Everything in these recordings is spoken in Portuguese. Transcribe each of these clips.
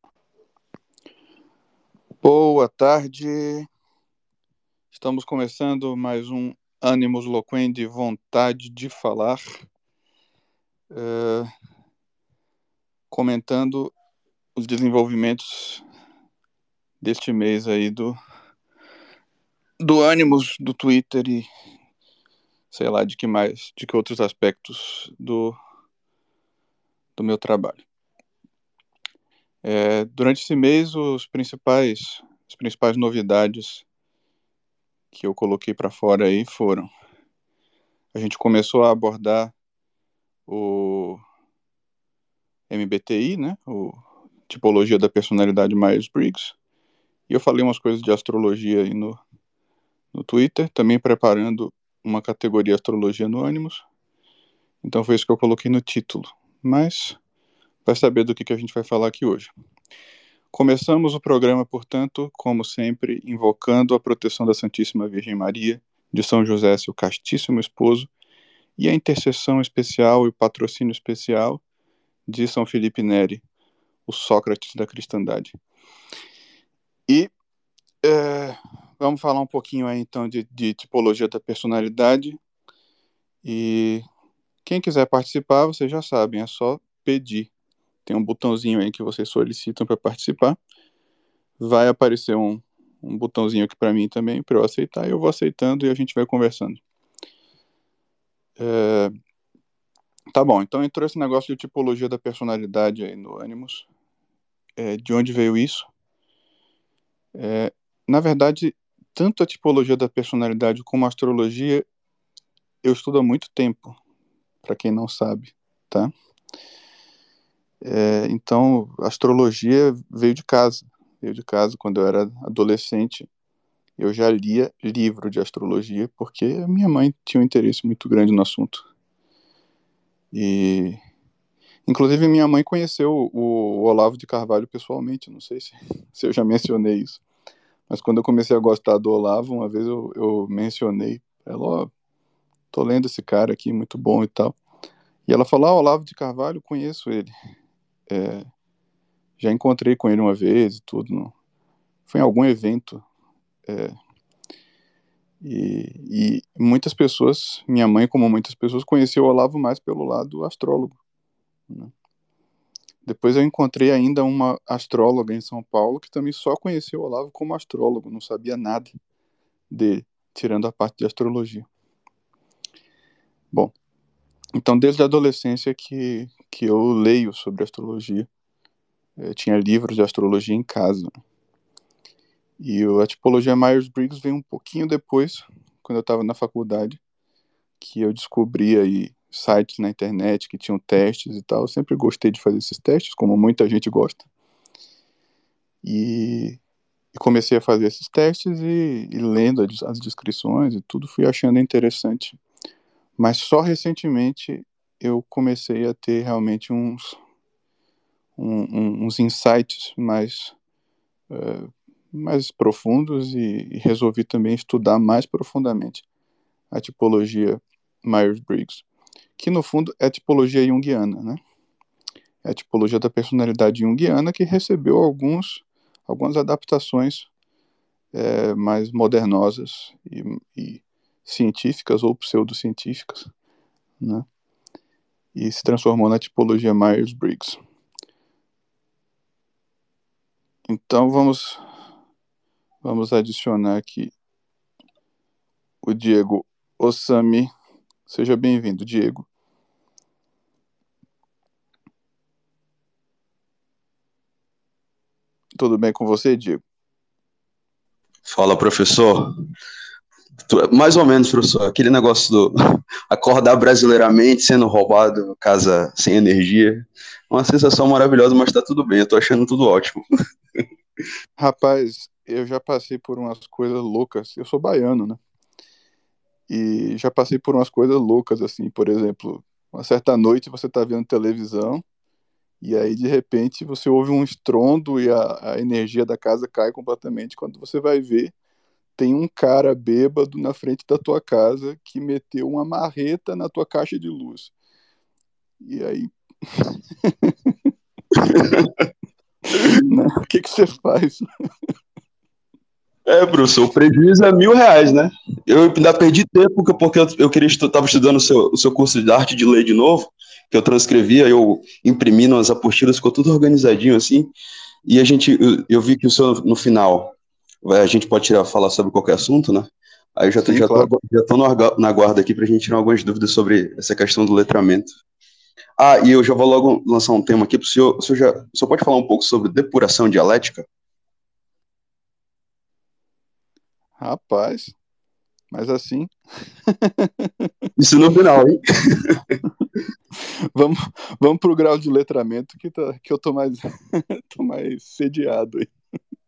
Boa tarde, estamos começando mais um Animus Loquendi, vontade de falar, comentando os desenvolvimentos deste mês aí do Animus, do Twitter e sei lá de que outros aspectos do meu trabalho. Durante esse mês, as principais novidades que eu coloquei para fora aí foram: a gente começou a abordar o MBTI, né, o Tipologia da Personalidade Myers-Briggs, e eu falei umas coisas de astrologia aí no Twitter, também preparando uma categoria Astrologia no Animus, então foi isso que eu coloquei no título, mas vai saber do que a gente vai falar aqui hoje. Começamos o programa, portanto, como sempre, invocando a proteção da Santíssima Virgem Maria, de São José, seu castíssimo esposo, e a intercessão especial e o patrocínio especial de São Felipe Neri, o Sócrates da cristandade. E vamos falar um pouquinho aí, então, de tipologia da personalidade. E quem quiser participar, vocês já sabem, é só pedir. Tem um botãozinho aí que vocês solicitam para participar. Vai aparecer um botãozinho aqui para mim também, para eu aceitar. Eu vou aceitando e a gente vai conversando. Tá bom, então entrou esse negócio de tipologia da personalidade aí no Animus. De onde veio isso? Na verdade, tanto a tipologia da personalidade como a astrologia eu estudo há muito tempo, para quem não sabe, tá? Então, a astrologia veio de casa quando eu era adolescente. Eu já lia livro de astrologia, porque a minha mãe tinha um interesse muito grande no assunto. E, inclusive, minha mãe conheceu o Olavo de Carvalho pessoalmente, não sei se eu já mencionei isso. Mas quando eu comecei a gostar do Olavo, uma vez eu mencionei, ela, tô lendo esse cara aqui, muito bom e tal. E ela falou, Olavo de Carvalho, conheço ele. Já encontrei com ele uma vez e tudo. Foi em algum evento. E muitas pessoas, minha mãe como muitas pessoas, conheceu o Olavo mais pelo lado astrólogo, né? Depois eu encontrei ainda uma astróloga em São Paulo que também só conheceu o Olavo como astrólogo, não sabia nada dele, tirando a parte de astrologia. Bom, então desde a adolescência que eu leio sobre astrologia. Eu tinha livros de astrologia em casa. E a tipologia Myers-Briggs veio um pouquinho depois, quando eu estava na faculdade, que eu descobri aí sites na internet que tinham testes e tal. Eu sempre gostei de fazer esses testes, como muita gente gosta. E comecei a fazer esses testes e lendo as descrições e tudo, fui achando interessante. Mas só recentemente eu comecei a ter realmente uns insights mais profundos e resolvi também estudar mais profundamente a tipologia Myers-Briggs, que no fundo é a tipologia junguiana, né? É a tipologia da personalidade junguiana que recebeu algumas adaptações mais modernosas e científicas ou pseudocientíficas, né? E se transformou na tipologia Myers-Briggs. Então vamos adicionar aqui o Diego Osami. Seja bem-vindo, Diego. Tudo bem com você, Diego? Fala, professor. Mais ou menos, professor. Aquele negócio do acordar brasileiramente sendo roubado, casa sem energia. Uma sensação maravilhosa, mas tá tudo bem. Eu tô achando tudo ótimo. Rapaz, eu já passei por umas coisas loucas. Eu sou baiano, né? E já passei por umas coisas loucas, assim, por exemplo, uma certa noite você tá vendo televisão e aí de repente você ouve um estrondo e a energia da casa cai completamente. Quando você vai ver, tem um cara bêbado na frente da tua casa que meteu uma marreta na tua caixa de luz. E aí, você faz? Professor, o prejuízo é R$ 1.000, né? Eu ainda perdi tempo porque eu queria estava estudando o seu curso de arte de ler de novo, que eu transcrevia, eu imprimi nas apostilas, ficou tudo organizadinho assim. E eu vi que o senhor no final, a gente pode falar sobre qualquer assunto, né? Aí eu já tô, Sim, já tô, claro. já tô na guarda aqui para a gente tirar algumas dúvidas sobre essa questão do letramento. Ah, e eu já vou logo lançar um tema aqui para o senhor. O senhor pode falar um pouco sobre depuração dialética? Rapaz, mas assim, Isso no final, hein? vamos, vamos pro grau de letramento que eu tô mais, tô mais sediado aí.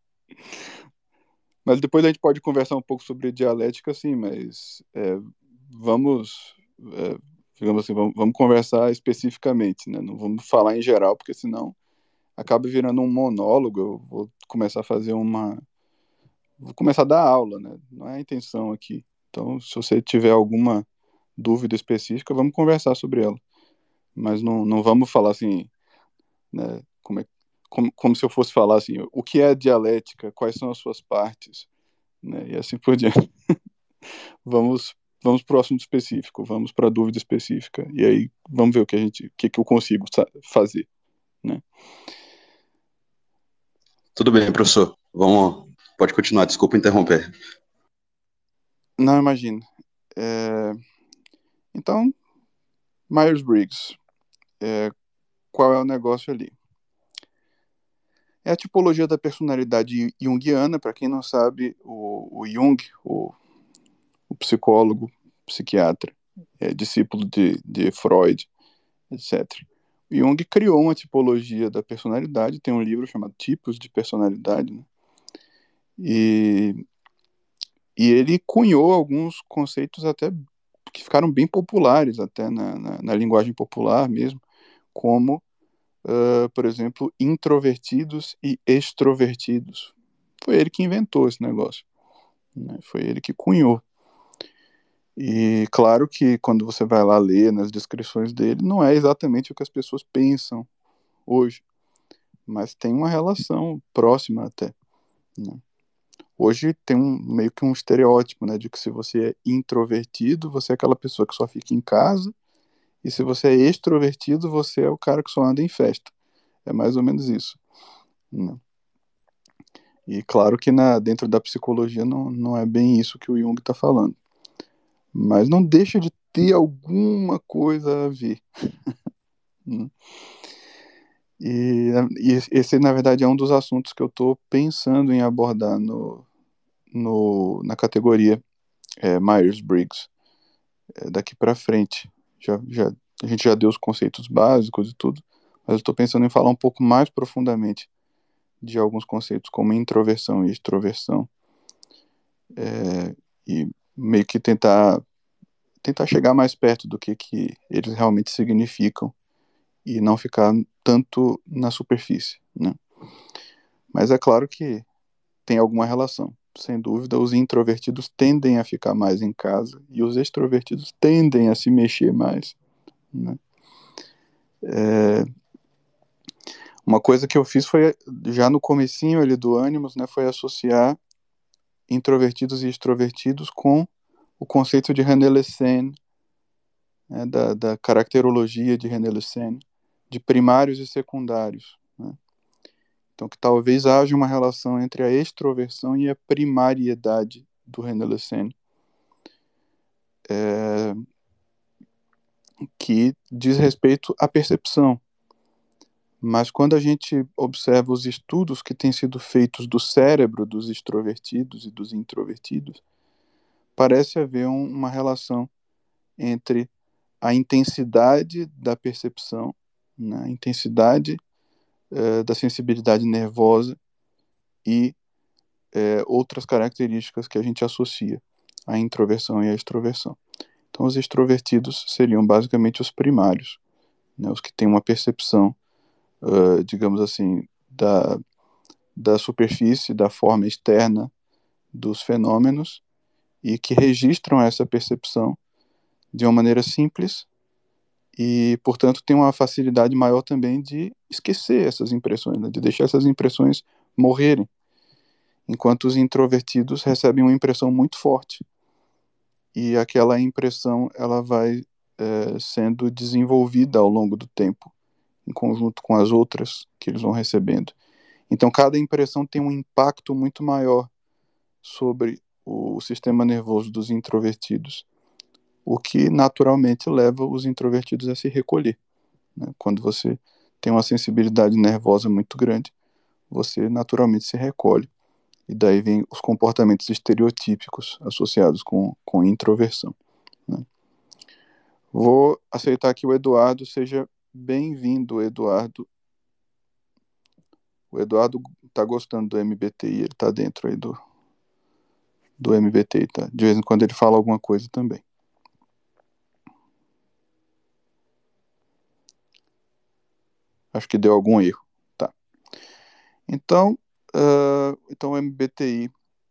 Mas depois a gente pode conversar um pouco sobre dialética, sim, mas vamos, digamos assim, vamos conversar especificamente, né? Não vamos falar em geral, porque senão acaba virando um monólogo. Eu vou começar a fazer vou começar a dar aula, né? Não é a intenção aqui. Então, se você tiver alguma dúvida específica, vamos conversar sobre ela. Mas não vamos falar assim, né? Como se eu fosse falar assim, o que é dialética, quais são as suas partes, né? E assim por diante. Vamos, vamos para o assunto específico, vamos para a dúvida específica. E aí vamos ver o que eu consigo fazer, né? Tudo bem, professor. Pode continuar, desculpa interromper. Não, imagina. É, então, Myers-Briggs, qual é o negócio ali? É a tipologia da personalidade junguiana. Para quem não sabe, o Jung, o psicólogo, psiquiatra, discípulo de Freud, etc. O Jung criou uma tipologia da personalidade, tem um livro chamado Tipos de Personalidade, né? E, e ele cunhou alguns conceitos até que ficaram bem populares até na linguagem popular mesmo, como, por exemplo, introvertidos e extrovertidos. Foi ele que inventou esse negócio, né? Foi ele que cunhou. E claro que quando você vai lá ler nas descrições dele, não é exatamente o que as pessoas pensam hoje, mas tem uma relação próxima até, né? Hoje tem meio que um estereótipo, né, de que se você é introvertido, você é aquela pessoa que só fica em casa, e se você é extrovertido, você é o cara que só anda em festa. É mais ou menos isso, né? E claro que dentro da psicologia não é bem isso que o Jung está falando, mas não deixa de ter alguma coisa a ver, né? E esse, na verdade, é um dos assuntos que eu estou pensando em abordar na categoria Myers-Briggs, daqui para frente. A gente já deu os conceitos básicos e tudo, mas eu estou pensando em falar um pouco mais profundamente de alguns conceitos como introversão e extroversão, e meio que tentar chegar mais perto do que eles realmente significam e não ficar tanto na superfície, né? Mas é claro que tem alguma relação. Sem dúvida, os introvertidos tendem a ficar mais em casa e os extrovertidos tendem a se mexer mais, né? Uma coisa que eu fiz foi, já no comecinho ali do Animus, né, foi associar introvertidos e extrovertidos com o conceito de René Lessen, né, da caracterologia de René Lessen, de primários e secundários, né? Então, que talvez haja uma relação entre a extroversão e a primariedade do René Lessen, que diz respeito à percepção. Mas quando a gente observa os estudos que têm sido feitos do cérebro dos extrovertidos e dos introvertidos, parece haver uma relação entre a intensidade da percepção, né, a intensidade da sensibilidade nervosa e outras características que a gente associa à introversão e à extroversão. Então, os extrovertidos seriam basicamente os primários, né, os que têm uma percepção, digamos assim, da superfície, da forma externa dos fenômenos e que registram essa percepção de uma maneira simples e, portanto, tem uma facilidade maior também de esquecer essas impressões, né? De deixar essas impressões morrerem, enquanto os introvertidos recebem uma impressão muito forte. E aquela impressão ela vai sendo desenvolvida ao longo do tempo, em conjunto com as outras que eles vão recebendo. Então, cada impressão tem um impacto muito maior sobre o sistema nervoso dos introvertidos, o que naturalmente leva os introvertidos a se recolher, né? Quando você tem uma sensibilidade nervosa muito grande, você naturalmente se recolhe. E daí vem os comportamentos estereotípicos associados com introversão, né? Vou aceitar que o Eduardo seja bem-vindo, Eduardo. O Eduardo tá gostando do MBTI, ele tá dentro aí do MBTI, tá? De vez em quando ele fala alguma coisa também. Acho que deu algum erro, tá? Então, então o MBTI,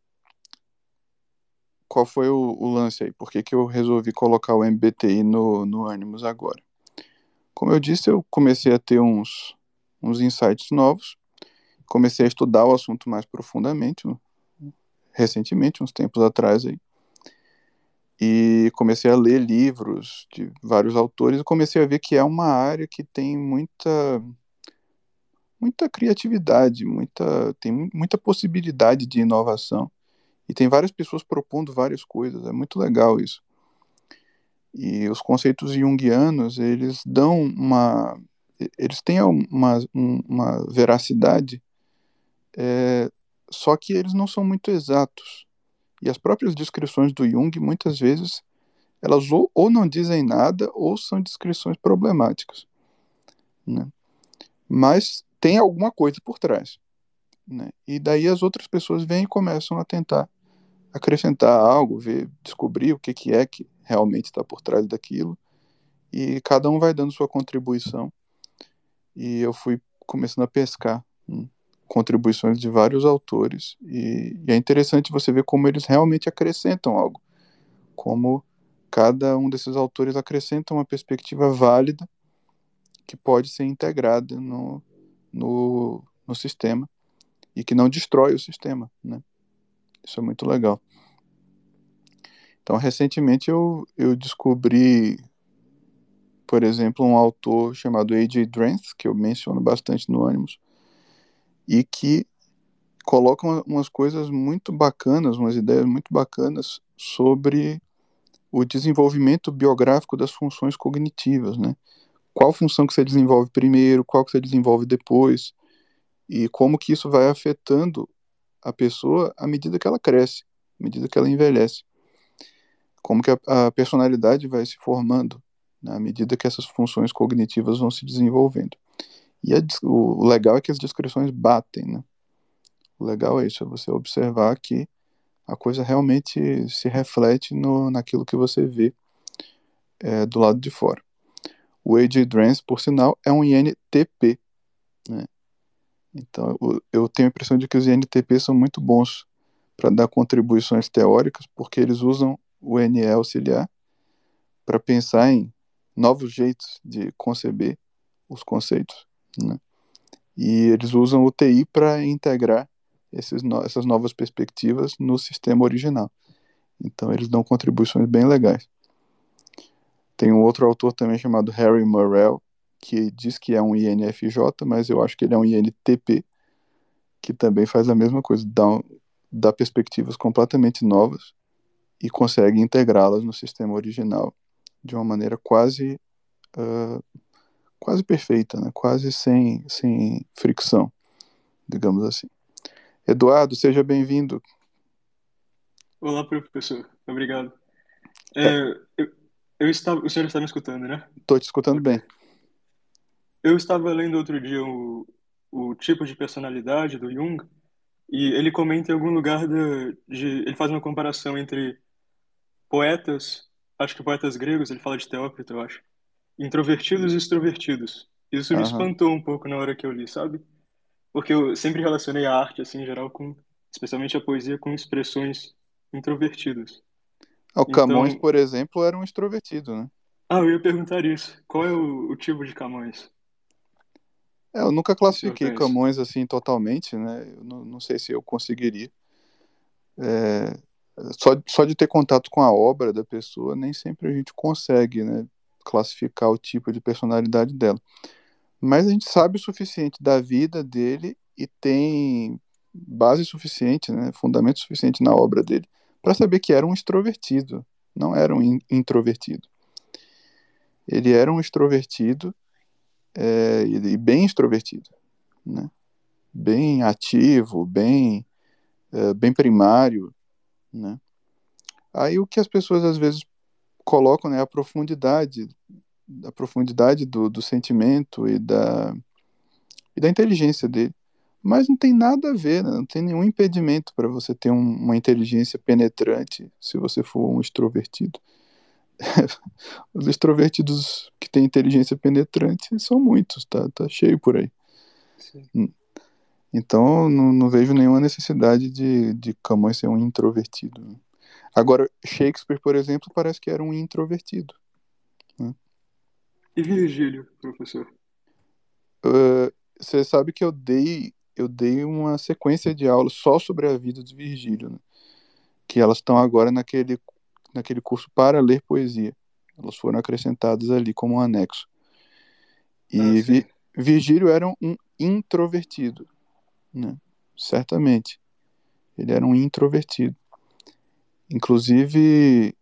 qual foi o lance aí? Por que eu resolvi colocar o MBTI no Animus agora? Como eu disse, eu comecei a ter uns insights novos, comecei a estudar o assunto mais profundamente, recentemente, uns tempos atrás aí, e comecei a ler livros de vários autores e comecei a ver que é uma área que tem muita criatividade, tem muita possibilidade de inovação. E tem várias pessoas propondo várias coisas, é muito legal isso. E os conceitos junguianos, eles têm uma veracidade, só que eles não são muito exatos. E as próprias descrições do Jung, muitas vezes, elas ou não dizem nada, ou são descrições problemáticas, né? Mas tem alguma coisa por trás, né? E daí as outras pessoas vêm e começam a tentar acrescentar algo, descobrir o que é que realmente está por trás daquilo, e cada um vai dando sua contribuição, e eu fui começando a pescar contribuições de vários autores, e é interessante você ver como eles realmente acrescentam algo, como cada um desses autores acrescenta uma perspectiva válida que pode ser integrada no sistema, e que não destrói o sistema, né? Isso é muito legal. Então, recentemente eu descobri, por exemplo, um autor chamado A.J. Drenth, que eu menciono bastante no Animus, e que coloca umas coisas muito bacanas, umas ideias muito bacanas sobre o desenvolvimento biográfico das funções cognitivas, né? Qual função que você desenvolve primeiro, qual que você desenvolve depois, e como que isso vai afetando a pessoa à medida que ela cresce, à medida que ela envelhece. Como que a personalidade vai se formando, né, à medida que essas funções cognitivas vão se desenvolvendo. E o legal é que as descrições batem, né? O legal é isso, é você observar que a coisa realmente se reflete naquilo que você vê do lado de fora. O A.J. Drenth, por sinal, é um INTP, né? Então, eu tenho a impressão de que os INTP são muito bons para dar contribuições teóricas, porque eles usam o NE auxiliar para pensar em novos jeitos de conceber os conceitos, né? E eles usam o TI para integrar essas novas perspectivas no sistema original. Então, eles dão contribuições bem legais. Tem um outro autor também chamado Harry Murrell, que diz que é um INFJ, mas eu acho que ele é um INTP, que também faz a mesma coisa, dá perspectivas completamente novas e consegue integrá-las no sistema original de uma maneira quase perfeita, né? Quase sem fricção, digamos assim. Eduardo, seja bem-vindo. Olá, professor. Obrigado. É, O senhor está me escutando, né? Tô te escutando Ok. bem. Eu estava lendo outro dia o tipo de personalidade do Jung e ele comenta em algum lugar ele faz uma comparação entre poetas, acho que poetas gregos, ele fala de Teócrito, eu acho, introvertidos e extrovertidos. Isso me Aham. espantou um pouco na hora que eu li, sabe? Porque eu sempre relacionei a arte, assim, em geral, especialmente a poesia, com expressões introvertidas. O Camões, Então, por exemplo, era um extrovertido, né? eu ia perguntar isso. Qual é o tipo de Camões? Eu nunca O que o senhor classifiquei pensa? Camões assim totalmente, né? Eu não sei se eu conseguiria. É, só de ter contato com a obra da pessoa, nem sempre a gente consegue, né, classificar o tipo de personalidade dela. Mas a gente sabe o suficiente da vida dele e tem base suficiente, né, fundamento suficiente na obra dele para saber que era um extrovertido, não era um introvertido. Ele era um extrovertido, e bem extrovertido, né? Bem ativo, bem primário, né? Aí o que as pessoas às vezes colocam, né, a profundidade do sentimento e da inteligência dele. Mas não tem nada a ver, né? Não tem nenhum impedimento para você ter uma inteligência penetrante se você for um extrovertido. Os extrovertidos que têm inteligência penetrante são muitos, tá cheio por aí. Sim. Então, não vejo nenhuma necessidade de Camões ser um introvertido, né? Agora, Shakespeare, por exemplo, parece que era um introvertido, né? E Virgílio, professor? Você sabe que eu dei uma sequência de aulas só sobre a vida de Virgílio, né? Que elas estão agora naquele curso para ler poesia. Elas foram acrescentadas ali como um anexo. Ah, E sim. Virgílio era um introvertido, né? Certamente. Ele era um introvertido. Inclusive,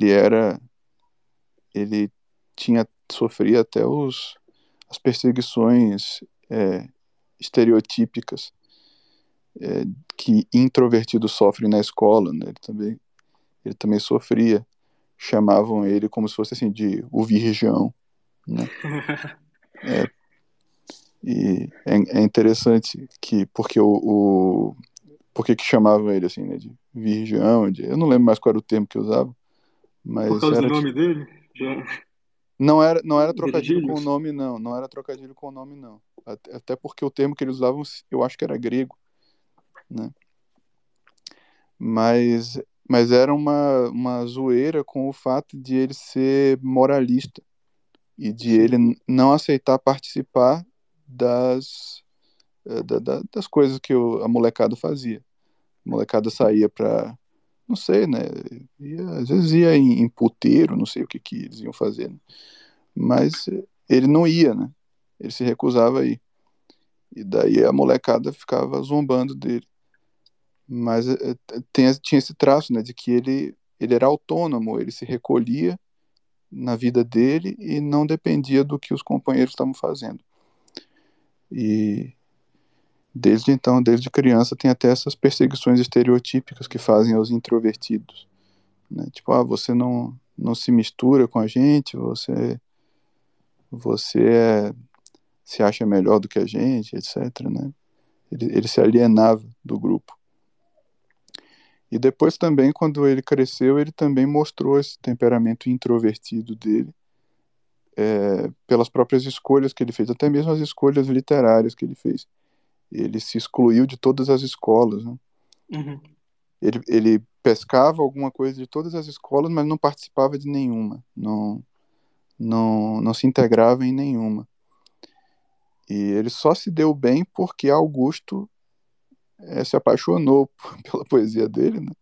ele sofria até as perseguições estereotípicas que introvertidos sofrem na escola, né? Ele também sofria. Chamavam ele como se fosse assim de o virgão, né? É, e é interessante que porque por que chamavam ele assim, né, de virgão, eu não lembro mais qual era o termo que usavam, Por mas causa do era nome dele? Já. não era trocadilho com o Virgílios? nome não era trocadilho com o nome não. Até porque o termo que eles usavam eu acho que era grego, né? Mas mas era uma zoeira com o fato de ele ser moralista e de ele Sim. não aceitar participar das coisas que a molecada fazia. A molecada saía pra, não sei, né? Às vezes ia em puteiro, não sei o que eles iam fazer, né? Mas ele não ia, né? Ele se recusava a ir. E daí a molecada ficava zombando dele. Mas tinha esse traço, né? De que ele era autônomo, ele se recolhia na vida dele e não dependia do que os companheiros estavam fazendo. E desde então, desde criança, tem até essas perseguições estereotípicas que fazem aos introvertidos, né? Tipo, você não se mistura com a gente, você se acha melhor do que a gente, etc, né? Ele se alienava do grupo. E depois também, quando ele cresceu, ele também mostrou esse temperamento introvertido dele, pelas próprias escolhas que ele fez, até mesmo as escolhas literárias que ele fez. Ele se excluiu de todas as escolas, né? Uhum. Ele pescava alguma coisa de todas as escolas, mas não participava de nenhuma, não se integrava em nenhuma. E ele só se deu bem porque Augusto se apaixonou pela poesia dele, né?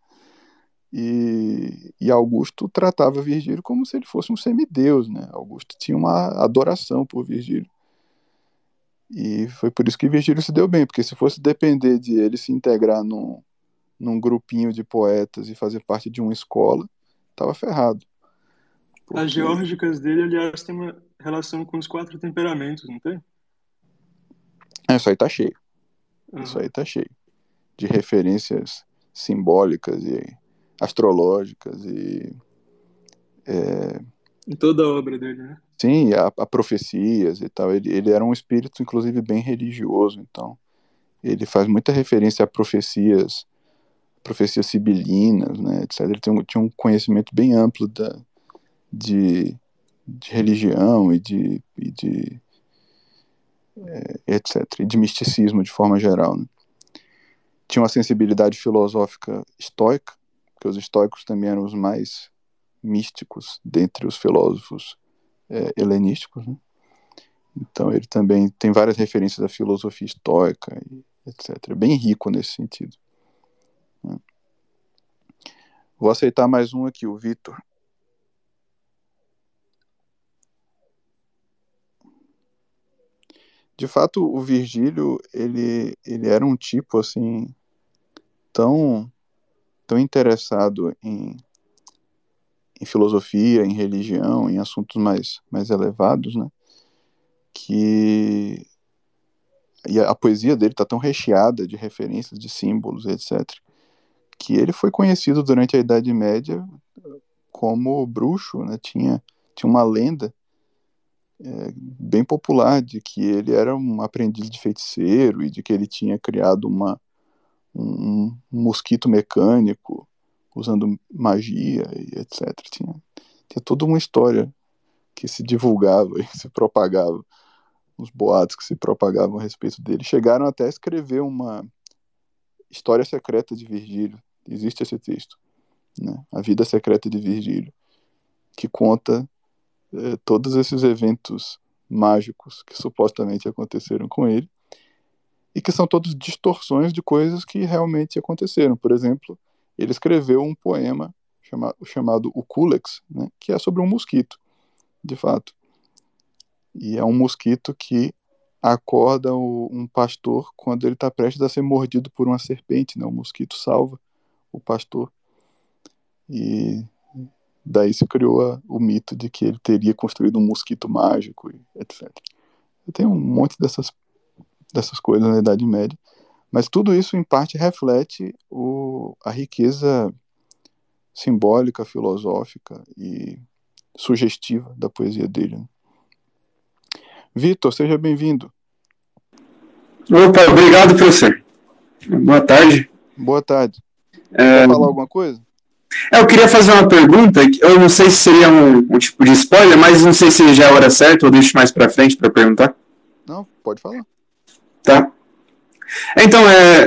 E Augusto tratava Virgílio como se ele fosse um semideus, né? Augusto tinha uma adoração por Virgílio. E foi por isso que Virgílio se deu bem, porque se fosse depender de ele se integrar num grupinho de poetas e fazer parte de uma escola, estava ferrado. As Porque geórgicas dele, aliás, têm uma relação com os quatro temperamentos, não tem? isso aí tá cheio. Isso Aham. aí tá cheio de referências simbólicas e astrológicas e Em toda a obra dele, né? sim, a profecias e tal. Ele era um espírito, inclusive, bem religioso, então ele faz muita referência a profecias sibilinas, né, etc. Ele tinha um conhecimento bem amplo de religião e de etc. E de misticismo de forma geral, né? Tinha uma sensibilidade filosófica estoica, porque os estoicos também eram os mais místicos dentre os filósofos helenísticos, né? Então ele também tem várias referências à filosofia estoica, etc. Bem rico nesse sentido. Vou aceitar mais um aqui, o Vitor. De fato, o Virgílio, ele era um tipo, assim, tão interessado em filosofia, em religião, em assuntos mais elevados, né? E a poesia dele está tão recheada de referências, de símbolos, etc., que ele foi conhecido durante a Idade Média como bruxo, né? Tinha uma lenda bem popular de que ele era um aprendiz de feiticeiro e de que ele tinha criado um mosquito mecânico usando magia e etc. Tinha toda uma história que se divulgava e se propagava, os boatos que se propagavam a respeito dele. Chegaram até a escrever uma história secreta de Virgílio. Existe esse texto, né? A Vida Secreta de Virgílio, que conta todos esses eventos mágicos que supostamente aconteceram com ele e que são todos distorções de coisas que realmente aconteceram. Por exemplo, ele escreveu um poema chamado O Culex, né, que é sobre um mosquito, de fato. E é um mosquito que acorda um pastor quando ele está prestes a ser mordido por uma serpente, né? O mosquito salva o pastor. E daí se criou o mito de que ele teria construído um mosquito mágico, etc. Tem um monte dessas coisas na Idade Média, mas tudo isso em parte reflete a riqueza simbólica, filosófica e sugestiva da poesia dele, né? Vitor, seja bem-vindo. Opa, obrigado, professor. Boa tarde. Boa tarde. Quer falar alguma coisa? Eu queria fazer uma pergunta, eu não sei se seria um tipo de spoiler, mas não sei se já é a hora certa ou deixo mais pra frente pra perguntar. Não, pode falar. Tá. Então,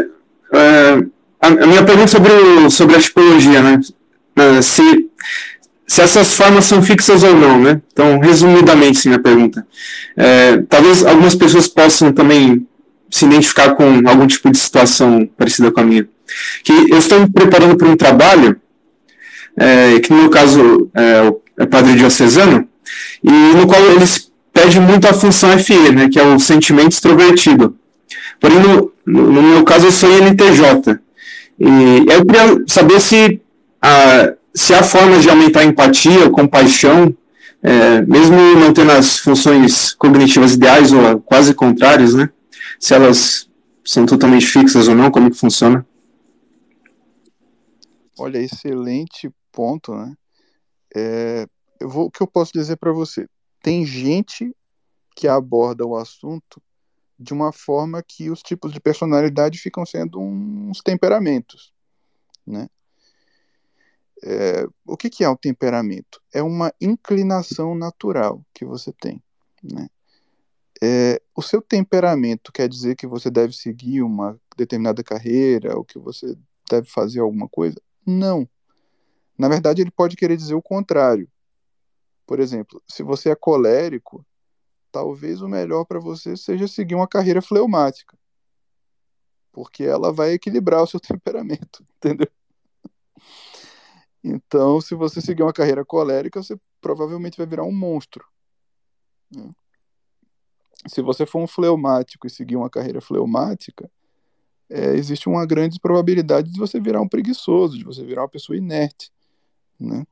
a minha pergunta sobre a tipologia, né? Se essas formas são fixas ou não, né? Então, resumidamente, sim, a pergunta. Talvez algumas pessoas possam também se identificar com algum tipo de situação parecida com a minha. Que eu estou me preparando para um trabalho, que no meu caso é padre diocesano, e no qual eles pedem muito a função FE, né? Que é o sentimento extrovertido. Porém, no meu caso, eu sou INTJ. E eu queria saber se há formas de aumentar a empatia, compaixão, mesmo não tendo as funções cognitivas ideais ou quase contrárias, né? Se elas são totalmente fixas ou não, como que funciona? Olha, excelente ponto, né? O que eu posso dizer para você? Tem gente que aborda o assunto de uma forma que os tipos de personalidade ficam sendo uns temperamentos, né? O que é um temperamento? É uma inclinação natural que você tem, né? O seu temperamento quer dizer que você deve seguir uma determinada carreira ou que você deve fazer alguma coisa? Não. Na verdade, ele pode querer dizer o contrário. Por exemplo, se você é colérico, talvez o melhor para você seja seguir uma carreira fleumática, porque ela vai equilibrar o seu temperamento, entendeu? Então, se você seguir uma carreira colérica, você provavelmente vai virar um monstro, né? Se você for um fleumático e seguir uma carreira fleumática, existe uma grande probabilidade de você virar um preguiçoso, de você virar uma pessoa inerte, né?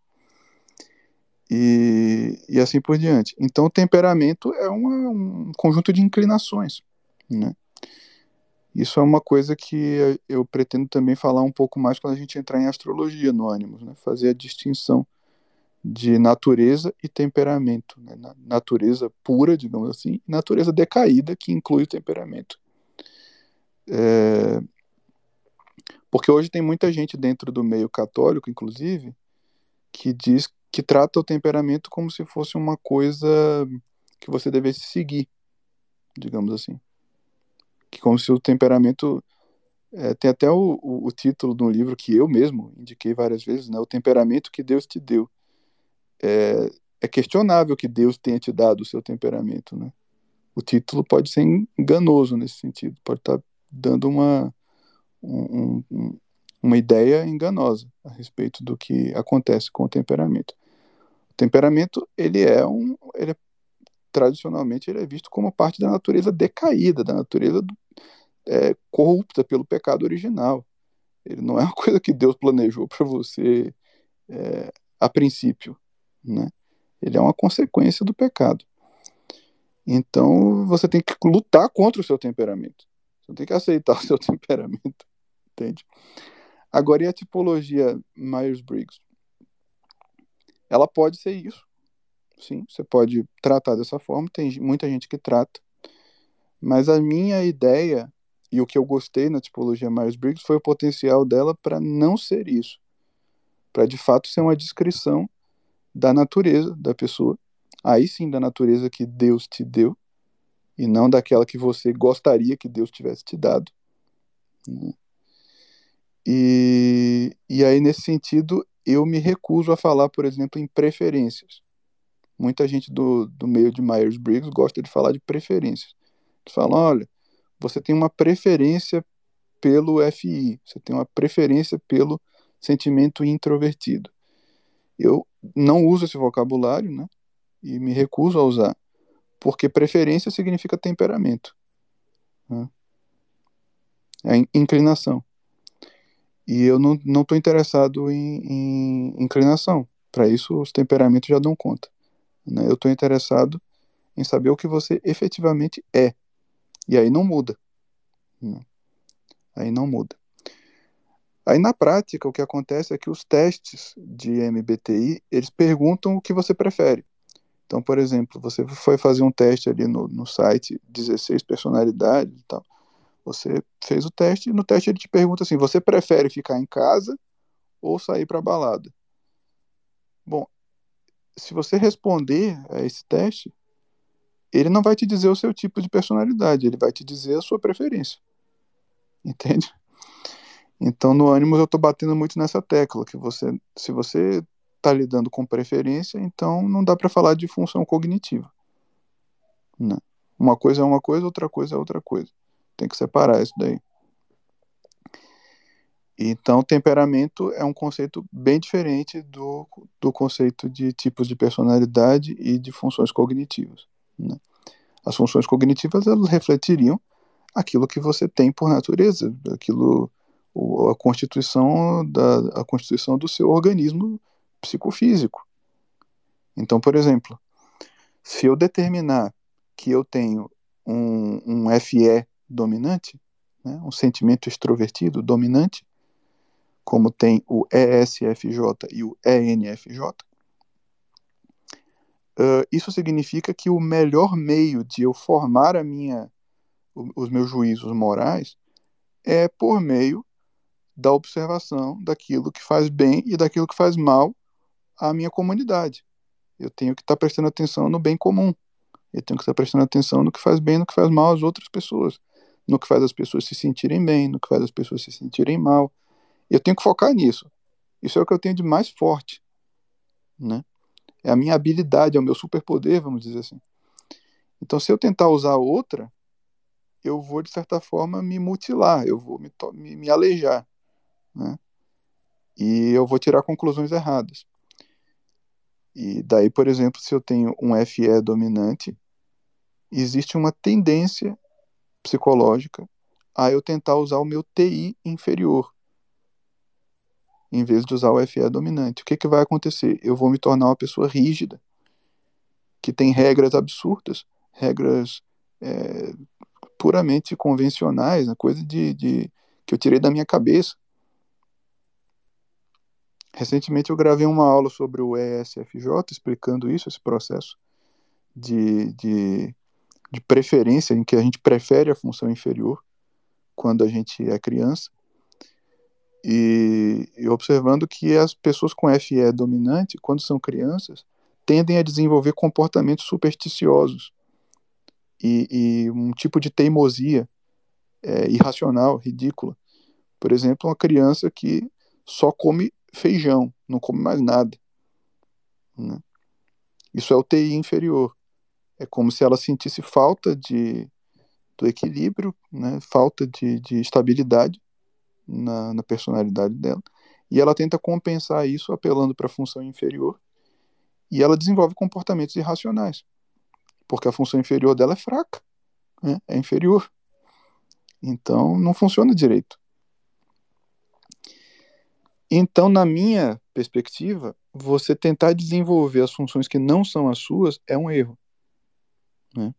E assim por diante. Então, o temperamento é um conjunto de inclinações, né? Isso é uma coisa que eu pretendo também falar um pouco mais quando a gente entrar em astrologia no Ânimos, né? Fazer a distinção de natureza e temperamento, né? Natureza pura, digamos assim, e natureza decaída, que inclui o temperamento. Porque hoje tem muita gente dentro do meio católico, inclusive, que diz que trata o temperamento como se fosse uma coisa que você devesse seguir, digamos assim. Que como se o temperamento... tem até o título de um livro que eu mesmo indiquei várias vezes, né? O temperamento que Deus te deu. É questionável que Deus tenha te dado o seu temperamento, né? O título pode ser enganoso nesse sentido, pode estar dando uma ideia enganosa a respeito do que acontece com o temperamento. O temperamento, tradicionalmente, ele é visto como parte da natureza decaída, da natureza corrupta pelo pecado original. Ele não é uma coisa que Deus planejou para você a princípio, né? Ele é uma consequência do pecado. Então, você tem que lutar contra o seu temperamento. Você tem que aceitar o seu temperamento, entende? Agora, e a tipologia Myers-Briggs? Ela pode ser isso. Sim, você pode tratar dessa forma. Tem muita gente que trata. Mas a minha ideia, e o que eu gostei na tipologia Myers-Briggs, foi o potencial dela para não ser isso. Para, de fato, ser uma descrição da natureza da pessoa. Aí sim, da natureza que Deus te deu, e não daquela que você gostaria que Deus tivesse te dado. E aí, nesse sentido, eu me recuso a falar, por exemplo, em preferências. Muita gente do meio de Myers-Briggs gosta de falar de preferências. Eles falam, olha, você tem uma preferência pelo FI, você tem uma preferência pelo sentimento introvertido. Eu não uso esse vocabulário, né? E me recuso a usar, porque preferência significa temperamento, né? É inclinação. E eu não estou interessado em inclinação. Para isso, os temperamentos já dão conta, né? Eu estou interessado em saber o que você efetivamente é. E aí não muda, né? Aí não muda. Aí na prática, o que acontece é que os testes de MBTI, eles perguntam o que você prefere. Então, por exemplo, você foi fazer um teste ali no site 16 personalidades e tal. Você fez o teste e no teste ele te pergunta assim, você prefere ficar em casa ou sair para balada? Bom, se você responder a esse teste, ele não vai te dizer o seu tipo de personalidade, ele vai te dizer a sua preferência. Entende? Então, no Animus eu estou batendo muito nessa tecla, que se você está lidando com preferência, então não dá para falar de função cognitiva, né? Uma coisa é uma coisa, outra coisa é outra coisa. Tem que separar isso daí. Então, temperamento é um conceito bem diferente do conceito de tipos de personalidade e de funções cognitivas, né? As funções cognitivas, elas refletiriam aquilo que você tem por natureza, a constituição do seu organismo psicofísico. Então, por exemplo, se eu determinar que eu tenho um FE dominante, né, um sentimento extrovertido dominante, como tem o ESFJ e o ENFJ, isso significa que o melhor meio de eu formar os meus juízos morais é por meio da observação daquilo que faz bem e daquilo que faz mal à minha comunidade. Eu tenho que estar prestando atenção no bem comum. Eu tenho que estar prestando atenção no que faz bem e no que faz mal às outras pessoas. No que faz as pessoas se sentirem bem, no que faz as pessoas se sentirem mal. Eu tenho que focar nisso. Isso é o que eu tenho de mais forte, né? É a minha habilidade, é o meu superpoder, vamos dizer assim. Então, se eu tentar usar outra, eu vou, de certa forma, me mutilar, eu vou me aleijar, né? E eu vou tirar conclusões erradas. E daí, por exemplo, se eu tenho um FE dominante, existe uma tendência psicológica a eu tentar usar o meu TI inferior, em vez de usar o FE dominante. O que vai acontecer? Eu vou me tornar uma pessoa rígida, que tem regras absurdas, regras puramente convencionais, né? Coisa que eu tirei da minha cabeça. Recentemente eu gravei uma aula sobre o ESFJ, explicando isso, esse processo de preferência, em que a gente prefere a função inferior quando a gente é criança, e observando que as pessoas com FE dominante, quando são crianças, tendem a desenvolver comportamentos supersticiosos e um tipo de teimosia irracional, ridícula. Por exemplo, uma criança que só come feijão, não come mais nada, né? Isso é o TI inferior. É como se ela sentisse falta do equilíbrio, né? Falta de estabilidade na personalidade dela. E ela tenta compensar isso apelando para a função inferior e ela desenvolve comportamentos irracionais, porque a função inferior dela é fraca, né? É inferior. Então, não funciona direito. Então, na minha perspectiva, você tentar desenvolver as funções que não são as suas é um erro, né?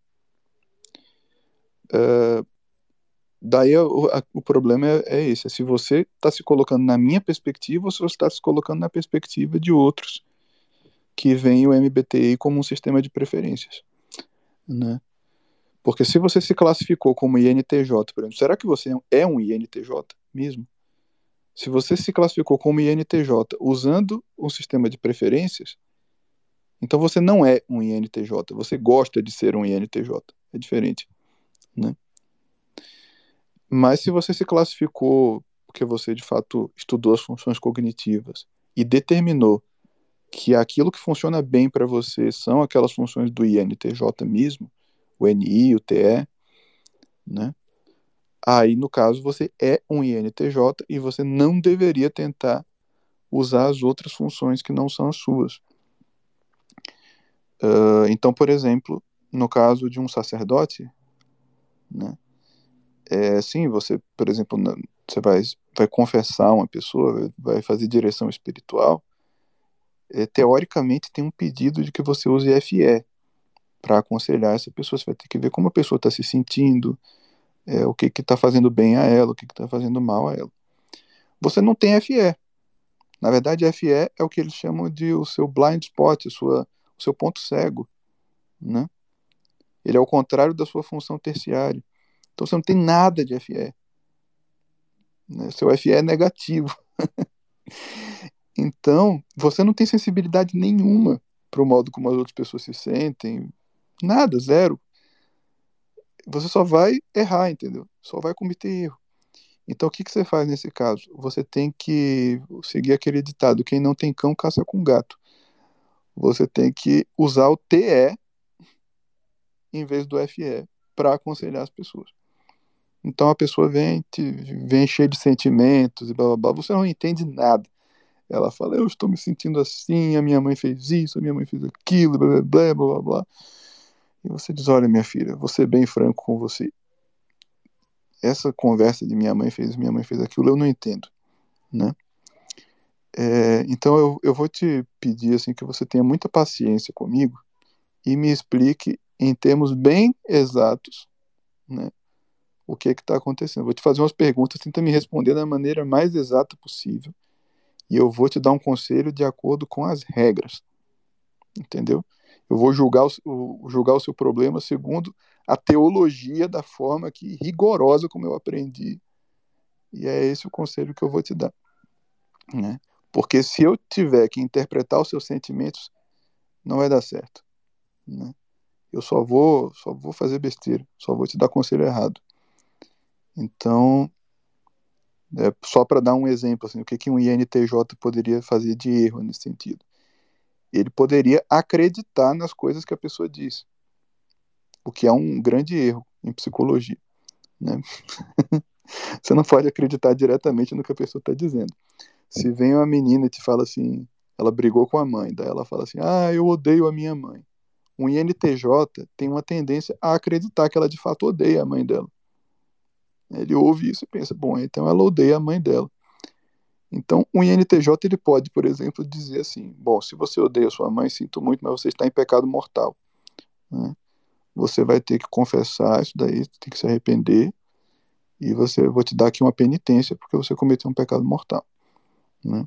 Daí o problema é esse, é se você está se colocando na minha perspectiva ou se você está se colocando na perspectiva de outros que veem o MBTI como um sistema de preferências, né? Porque se você se classificou como INTJ, por exemplo, será que você é um INTJ mesmo? Se você se classificou como INTJ usando um sistema de preferências, então você não é um INTJ, você gosta de ser um INTJ. É diferente, né? Mas se você se classificou porque você de fato estudou as funções cognitivas e determinou que aquilo que funciona bem para você são aquelas funções do INTJ mesmo, o NI, o TE, né? Aí, no caso, você é um INTJ e você não deveria tentar usar as outras funções que não são as suas. Então, por exemplo, no caso de um sacerdote, né, sim, você, por exemplo, você vai confessar uma pessoa, vai fazer direção espiritual, teoricamente tem um pedido de que você use FE para aconselhar essa pessoa. Você vai ter que ver como a pessoa está se sentindo, o que está fazendo bem a ela, o que está fazendo mal a ela. Você não tem FE. Na verdade, FE é o que eles chamam de o seu blind spot, o seu ponto cego, né? Ele é o contrário da sua função terciária. Então você não tem nada de FE, né? Seu FE é negativo. Então, você não tem sensibilidade nenhuma para o modo como as outras pessoas se sentem. Nada, zero. Você só vai errar, entendeu? Só vai cometer erro. Então, o que você faz nesse caso? Você tem que seguir aquele ditado: quem não tem cão, caça com gato. Você tem que usar o TE em vez do FE para aconselhar as pessoas. Então a pessoa vem cheia de sentimentos e blá blá blá, você não entende nada. Ela fala, eu estou me sentindo assim, a minha mãe fez isso, a minha mãe fez aquilo, blá blá blá blá blá. E você diz, olha minha filha, vou ser bem franco com você. Essa conversa de minha mãe fez aquilo, eu não entendo, né? Então eu vou te pedir assim que você tenha muita paciência comigo e me explique em termos bem exatos, né, o que está acontecendo. Vou te fazer umas perguntas, tenta me responder da maneira mais exata possível e eu vou te dar um conselho de acordo com as regras, entendeu? Eu vou julgar o seu problema segundo a teologia da forma que rigorosa como eu aprendi, e é esse o conselho que eu vou te dar, né? Porque se eu tiver que interpretar os seus sentimentos, não vai dar certo, né? Eu só vou fazer besteira, só vou te dar conselho errado. Então, só para dar um exemplo, assim, o que um INTJ poderia fazer de erro nesse sentido? Ele poderia acreditar nas coisas que a pessoa diz, o que é um grande erro em psicologia, né? Você não pode acreditar diretamente no que a pessoa está dizendo. Se vem uma menina e te fala assim, ela brigou com a mãe, daí ela fala assim, eu odeio a minha mãe. Um INTJ tem uma tendência a acreditar que ela de fato odeia a mãe dela. Ele ouve isso e pensa, bom, então ela odeia a mãe dela. Então, um INTJ ele pode, por exemplo, dizer assim, bom, se você odeia sua mãe, sinto muito, mas você está em pecado mortal, né? Você vai ter que confessar isso daí, tem que se arrepender, e vou te dar aqui uma penitência porque você cometeu um pecado mortal, né?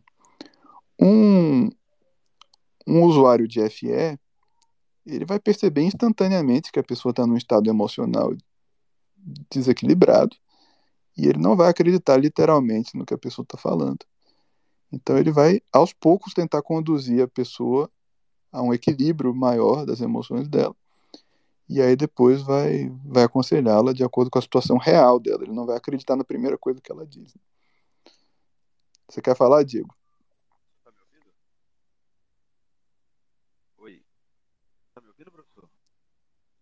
Um, um usuário de FE, ele vai perceber instantaneamente que a pessoa está num estado emocional desequilibrado, e ele não vai acreditar literalmente no que a pessoa está falando. Então ele vai, aos poucos, tentar conduzir a pessoa a um equilíbrio maior das emoções dela. E aí depois vai aconselhá-la de acordo com a situação real dela. Ele não vai acreditar na primeira coisa que ela diz. Você quer falar, Diego? Tá me ouvindo? Oi. Tá me ouvindo, professor?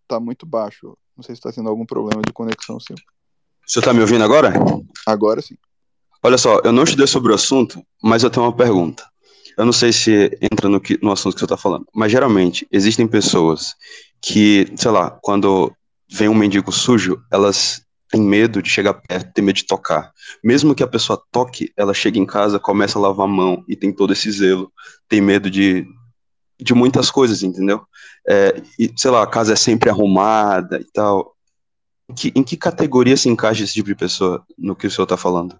tá muito baixo. Não sei se está tendo algum problema de conexão seu. O senhor tá me ouvindo agora? Agora sim. Olha só, eu não estudei sobre o assunto, mas eu tenho uma pergunta. Eu não sei se entra no assunto que você está falando, mas geralmente existem pessoas que, sei lá, quando vem um mendigo sujo, elas têm medo de chegar perto, têm medo de tocar. Mesmo que a pessoa toque, ela chega em casa, começa a lavar a mão e tem todo esse zelo, tem medo de muitas coisas, entendeu? E, sei lá, a casa é sempre arrumada e tal. Em que categoria se encaixa esse tipo de pessoa no que o senhor está falando?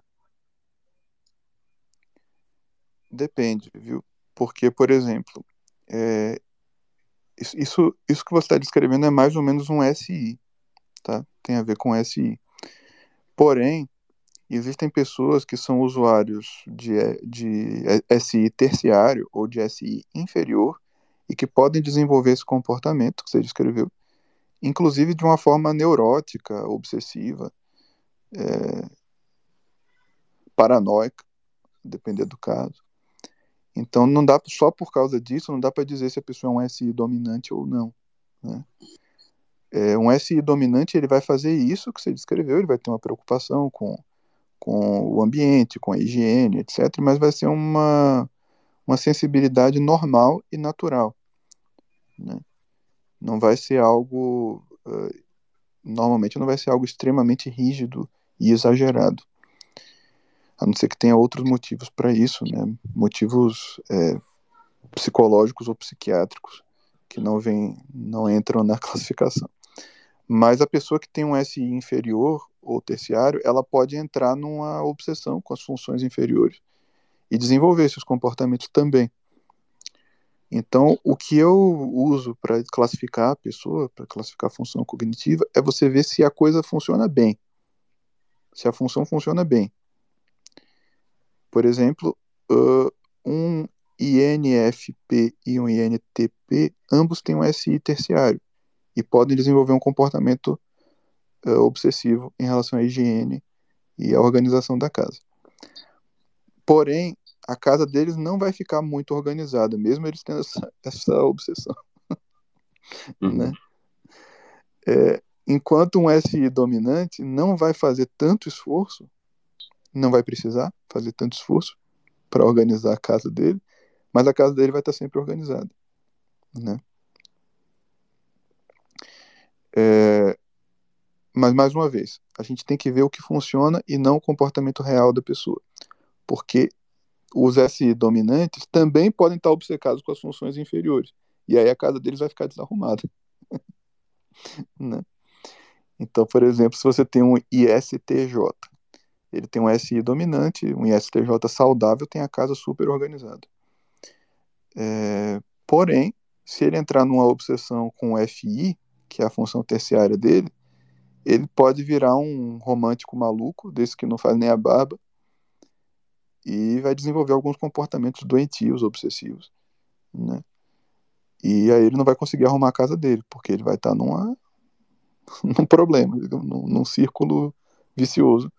Depende, viu? Porque, por exemplo, é, isso que você está descrevendo é mais ou menos um SI, tá? Tem a ver com SI. Porém, existem pessoas que são usuários de SI terciário ou de SI inferior e que podem desenvolver esse comportamento que você descreveu, inclusive de uma forma neurótica, obsessiva, paranoica, dependendo do caso. Então, não dá só por causa disso, não dá para dizer se a pessoa é um SI dominante ou não, né? Um SI dominante, ele vai fazer isso que você descreveu, ele vai ter uma preocupação com o ambiente, com a higiene, etc., mas vai ser uma sensibilidade normal e natural, né? Não vai ser algo, normalmente não vai ser algo extremamente rígido e exagerado, a não ser que tenha outros motivos para isso, né? Motivos psicológicos ou psiquiátricos que não entram na classificação. Mas a pessoa que tem um SI inferior ou terciário, ela pode entrar numa obsessão com as funções inferiores e desenvolver esses comportamentos também. Então, o que eu uso para classificar a pessoa, para classificar a função cognitiva, é você ver se a coisa funciona bem, se a função funciona bem. Por exemplo, um INFP e um INTP, ambos têm um SI terciário e podem desenvolver um comportamento obsessivo em relação à higiene e à organização da casa. Porém, a casa deles não vai ficar muito organizada, mesmo eles tendo essa obsessão. Né? Enquanto um SI dominante não vai fazer tanto esforço, não vai precisar fazer tanto esforço para organizar a casa dele, mas a casa dele vai estar sempre organizada. Né? Mas, mais uma vez, a gente tem que ver o que funciona e não o comportamento real da pessoa. Porque os SI dominantes também podem estar obcecados com as funções inferiores. E aí a casa deles vai ficar desarrumada. Né? Então, por exemplo, se você tem um ISTJ, ele tem um SI dominante, um ISTJ saudável tem a casa super organizada. Porém, se ele entrar numa obsessão com o FI, que é a função terciária dele, ele pode virar um romântico maluco, desse que não faz nem a barba, e vai desenvolver alguns comportamentos doentios, obsessivos, né? E aí ele não vai conseguir arrumar a casa dele, porque ele vai estar num problema, num círculo vicioso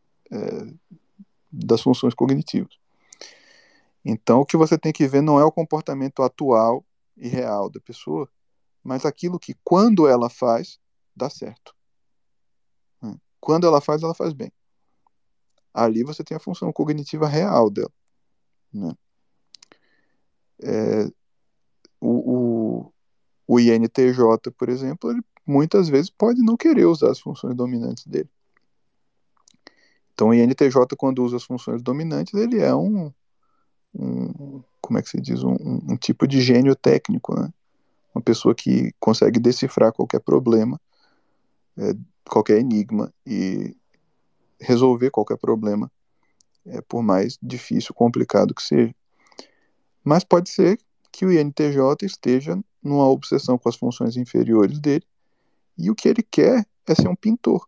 das funções cognitivas. Então, o que você tem que ver não é o comportamento atual e real da pessoa, mas aquilo que, quando ela faz, dá certo. Quando ela faz bem. Ali você tem a função cognitiva real dela. Né? O INTJ, por exemplo, ele muitas vezes pode não querer usar as funções dominantes dele. Então, o INTJ, quando usa as funções dominantes, ele é como é que se diz? Um tipo de gênio técnico, né? Uma pessoa que consegue decifrar qualquer problema, qualquer enigma e resolver qualquer problema, por mais difícil, complicado que seja. Mas pode ser que o INTJ esteja numa obsessão com as funções inferiores dele e o que ele quer é ser um pintor.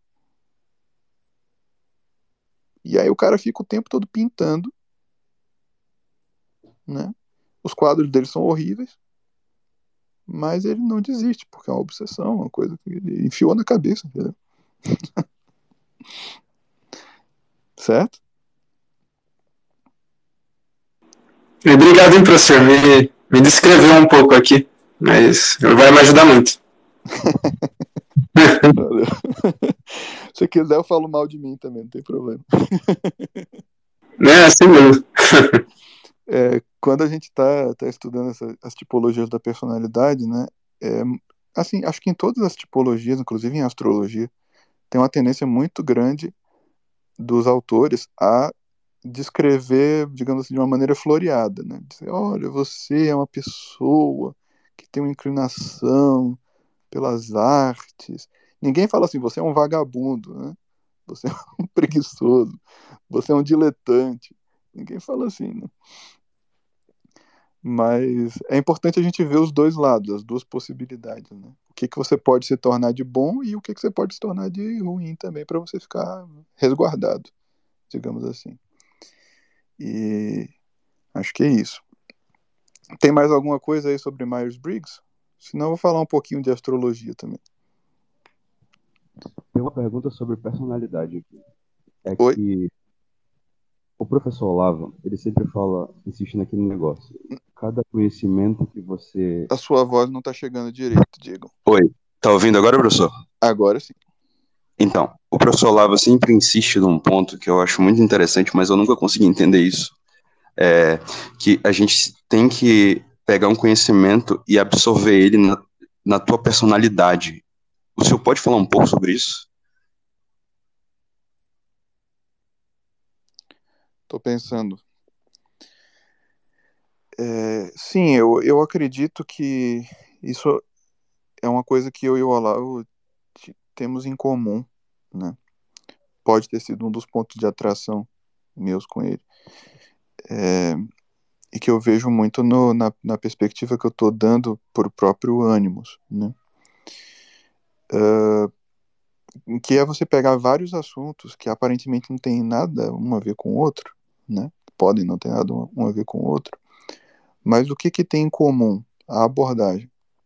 E aí o cara fica o tempo todo pintando, né? Os quadros dele são horríveis, mas ele não desiste, porque é uma obsessão, uma coisa que ele enfiou na cabeça, entendeu? Certo? Obrigado, hein, professor. Me descreveu um pouco aqui, mas vai me ajudar muito. Valeu. Se quiser, eu falo mal de mim também, não tem problema. É assim mesmo. Quando a gente está estudando as tipologias da personalidade, né? Assim, acho que em todas as tipologias, inclusive em astrologia, tem uma tendência muito grande dos autores a descrever, digamos assim, de uma maneira floreada, né? Dizer, olha, você é uma pessoa que tem uma inclinação pelas artes. Ninguém fala assim, você é um vagabundo, né? Você é um preguiçoso, você é um diletante. Ninguém fala assim, né? Mas é importante a gente ver os dois lados, as duas possibilidades, né? O que você pode se tornar de bom e o que você pode se tornar de ruim também, para você ficar resguardado, digamos assim. E acho que é isso. Tem mais alguma coisa aí sobre Myers-Briggs? Senão eu vou falar um pouquinho de astrologia também. Tem uma pergunta sobre personalidade aqui. É Oi? que o professor Olavo, ele sempre fala, insiste naquele negócio. Cada conhecimento que você... A sua voz não tá chegando direito, Diego. Oi, tá ouvindo agora, professor? Agora sim. Então, o professor Olavo sempre insiste num ponto que eu acho muito interessante, mas eu nunca consegui entender isso. É que a gente tem que pegar um conhecimento e absorver ele na tua personalidade. O senhor pode falar um pouco sobre isso? Tô pensando. Sim, eu acredito que isso é uma coisa que eu e o Olavo temos em comum, né? Pode ter sido um dos pontos de atração meus com ele. E que eu vejo muito na perspectiva que eu estou dando por próprio Animus, né? Que é você pegar vários assuntos que aparentemente não tem nada um a ver com o outro, né? Podem não ter nada um a ver com o outro, mas o que tem em comum? A abordagem.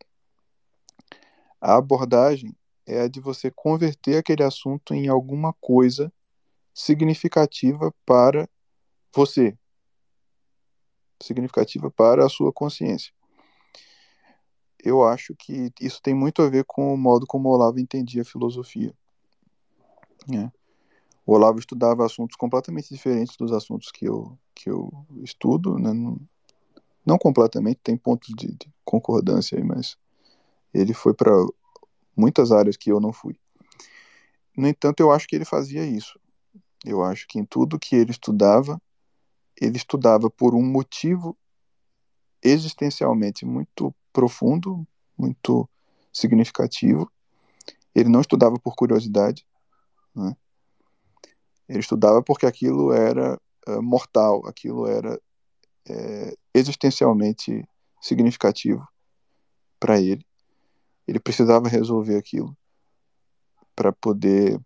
A abordagem é a de você converter aquele assunto em alguma coisa significativa para você, significativa para a sua consciência. Eu acho que isso tem muito a ver com o modo como o Olavo entendia a filosofia, né? O Olavo estudava assuntos completamente diferentes dos assuntos que eu estudo, né? Não completamente, tem pontos de concordância aí, mas ele foi para muitas áreas que eu não fui. No entanto, eu acho que ele fazia isso. Eu acho que em tudo que ele estudava por um motivo existencialmente muito profundo, muito significativo. Ele não estudava por curiosidade, né? Ele estudava porque aquilo era mortal, aquilo era existencialmente significativo para ele. Ele precisava resolver aquilo para poder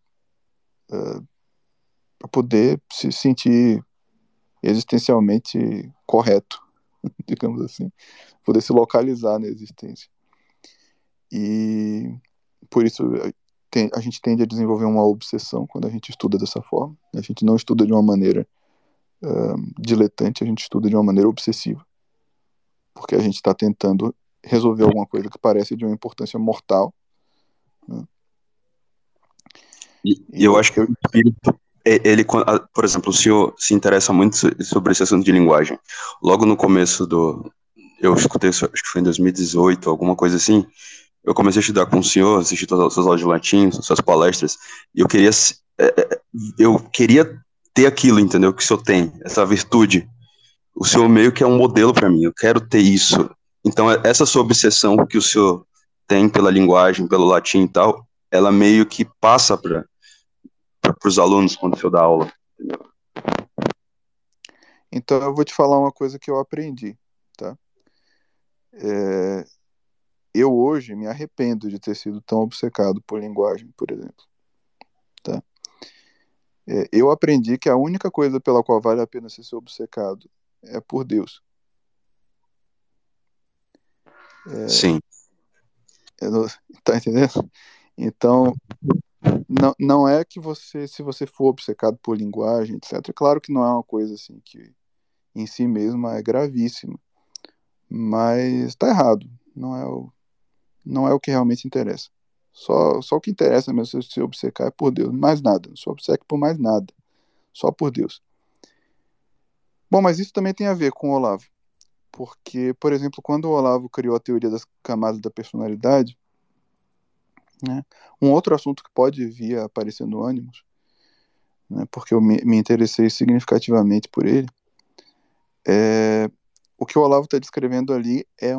se sentir existencialmente correto, digamos assim, poder se localizar na existência. E por isso a gente tende a desenvolver uma obsessão quando a gente estuda dessa forma. A gente não estuda de uma maneira diletante, a gente estuda de uma maneira obsessiva, porque a gente está tentando resolver alguma coisa que parece de uma importância mortal, né? E eu acho que o espírito, ele, por exemplo, o senhor se interessa muito sobre esse assunto de linguagem. Logo no começo eu escutei, acho que foi em 2018, alguma coisa assim, eu comecei a estudar com o senhor, assisti todas as suas aulas de latim, suas palestras, e eu queria ter aquilo, entendeu? Que o senhor tem, essa virtude. O senhor meio que é um modelo para mim, eu quero ter isso. Então, essa sua obsessão que o senhor tem pela linguagem, pelo latim e tal, ela meio que passa para os alunos quando o senhor dá aula. Entendeu? Então eu vou te falar uma coisa que eu aprendi, tá? Eu hoje me arrependo de ter sido tão obcecado por linguagem, por exemplo, tá? Eu aprendi que a única coisa pela qual vale a pena ser obcecado é por Deus. Sim. Não, tá entendendo? Então, não é que se você for obcecado por linguagem, etc., claro que não é uma coisa assim que em si mesma é gravíssima, mas está errado. Não é o que realmente interessa. Só o que interessa mesmo se obcecar é por Deus, mais nada. Não se obceque por mais nada, só por Deus. Bom, mas isso também tem a ver com o Olavo, porque, por exemplo, quando o Olavo criou a teoria das camadas da personalidade, né, um outro assunto que pode vir a aparecer no Ânimos, né, porque eu me interessei significativamente por ele, o que o Olavo está descrevendo ali é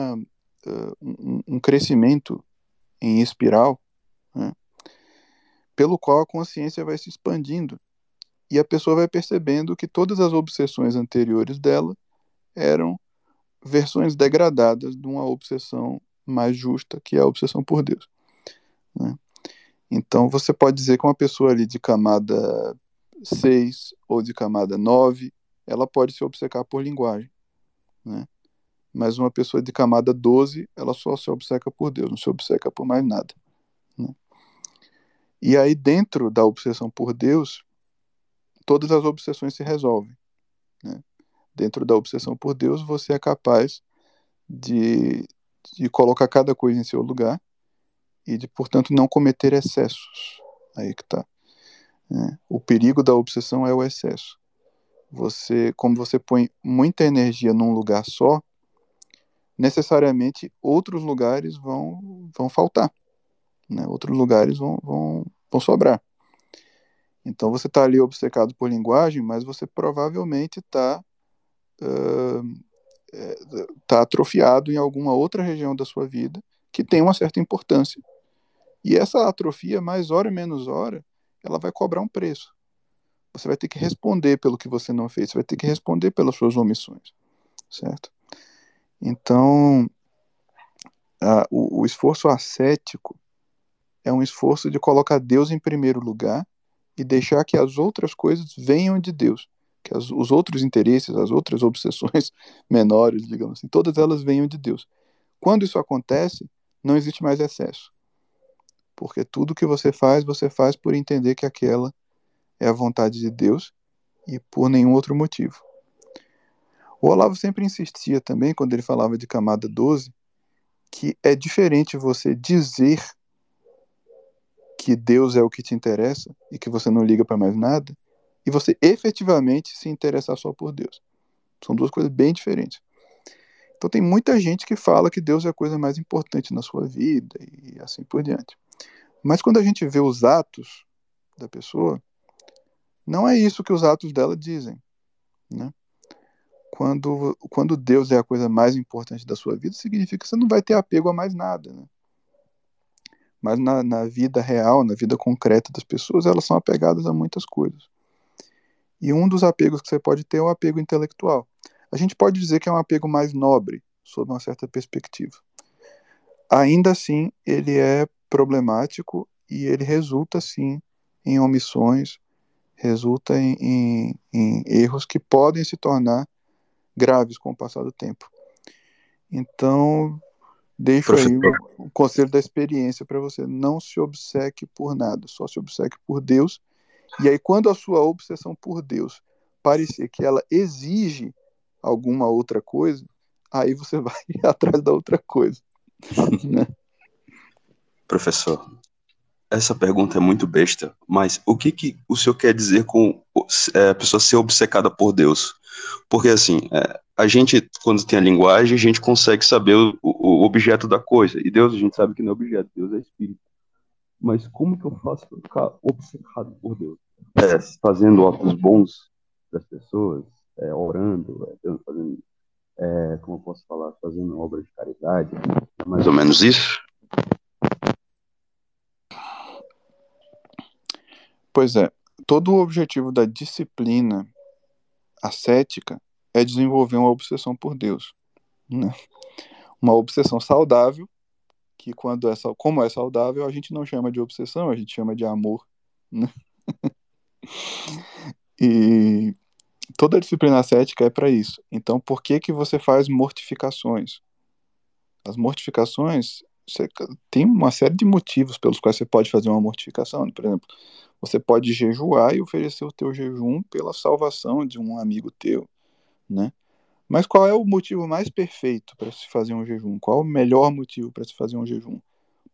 um crescimento em espiral, né, pelo qual a consciência vai se expandindo e a pessoa vai percebendo que todas as obsessões anteriores dela eram versões degradadas de uma obsessão mais justa, que é a obsessão por Deus, né? Então você pode dizer que uma pessoa ali de camada 6 ou de camada 9, ela pode se obcecar por linguagem, né? Mas uma pessoa de camada 12, ela só se obceca por Deus, não se obceca por mais nada, né? E aí dentro da obsessão por Deus, todas as obsessões se resolvem, né? Dentro da obsessão por Deus, você é capaz de, de colocar cada coisa em seu lugar e de, portanto, não cometer excessos. Aí que tá, né? O perigo da obsessão é o excesso. Como você põe muita energia num lugar só, necessariamente outros lugares vão faltar, né? Outros lugares vão sobrar. Então você está ali obcecado por linguagem, mas você provavelmente está tá atrofiado em alguma outra região da sua vida que tem uma certa importância. E essa atrofia, mais hora e menos hora, ela vai cobrar um preço. Você vai ter que responder pelo que você não fez, você vai ter que responder pelas suas omissões, certo? Então, o esforço ascético é um esforço de colocar Deus em primeiro lugar e deixar que as outras coisas venham de Deus, que os outros interesses, as outras obsessões menores, digamos assim, todas elas venham de Deus. Quando isso acontece, não existe mais excesso, porque tudo que você faz por entender que aquela é a vontade de Deus e por nenhum outro motivo. O Olavo sempre insistia também, quando ele falava de camada 12, que é diferente você dizer que Deus é o que te interessa e que você não liga para mais nada, e você efetivamente se interessar só por Deus. São duas coisas bem diferentes. Então tem muita gente que fala que Deus é a coisa mais importante na sua vida e assim por diante. Mas quando a gente vê os atos da pessoa, não é isso que os atos dela dizem, né? Quando Deus é a coisa mais importante da sua vida, significa que você não vai ter apego a mais nada, né? Mas na vida real, na vida concreta das pessoas, elas são apegadas a muitas coisas. E um dos apegos que você pode ter é o apego intelectual. A gente pode dizer que é um apego mais nobre, sob uma certa perspectiva. Ainda assim, ele é problemático e ele resulta, sim, em omissões, resulta em erros que podem se tornar graves com o passar do tempo. Então, deixo aí o conselho da experiência para você. Não se obceque por nada, só se obceque por Deus. E aí, quando a sua obsessão por Deus parecer que ela exige alguma outra coisa, aí você vai atrás da outra coisa, né? Professor, essa pergunta é muito besta, mas o que o senhor quer dizer com a pessoa ser obcecada por Deus? Porque, assim, a gente, quando tem a linguagem, a gente consegue saber o objeto da coisa, e Deus, a gente sabe que não é objeto, Deus é espírito. Mas como que eu faço para ficar obcecado por Deus? Fazendo atos bons das pessoas, orando, fazendo, como eu posso falar, fazendo obra de caridade, é mais ou menos isso? Pois é, todo o objetivo da disciplina ascética é desenvolver uma obsessão por Deus, né? Uma obsessão saudável, que como é saudável, a gente não chama de obsessão, a gente chama de amor, né? E toda a disciplina ascética é para isso. Então, por que você faz mortificações? As mortificações, tem uma série de motivos pelos quais você pode fazer uma mortificação. Por exemplo, você pode jejuar e oferecer o teu jejum pela salvação de um amigo teu, né? Mas qual é o motivo mais perfeito para se fazer um jejum? Qual é o melhor motivo para se fazer um jejum?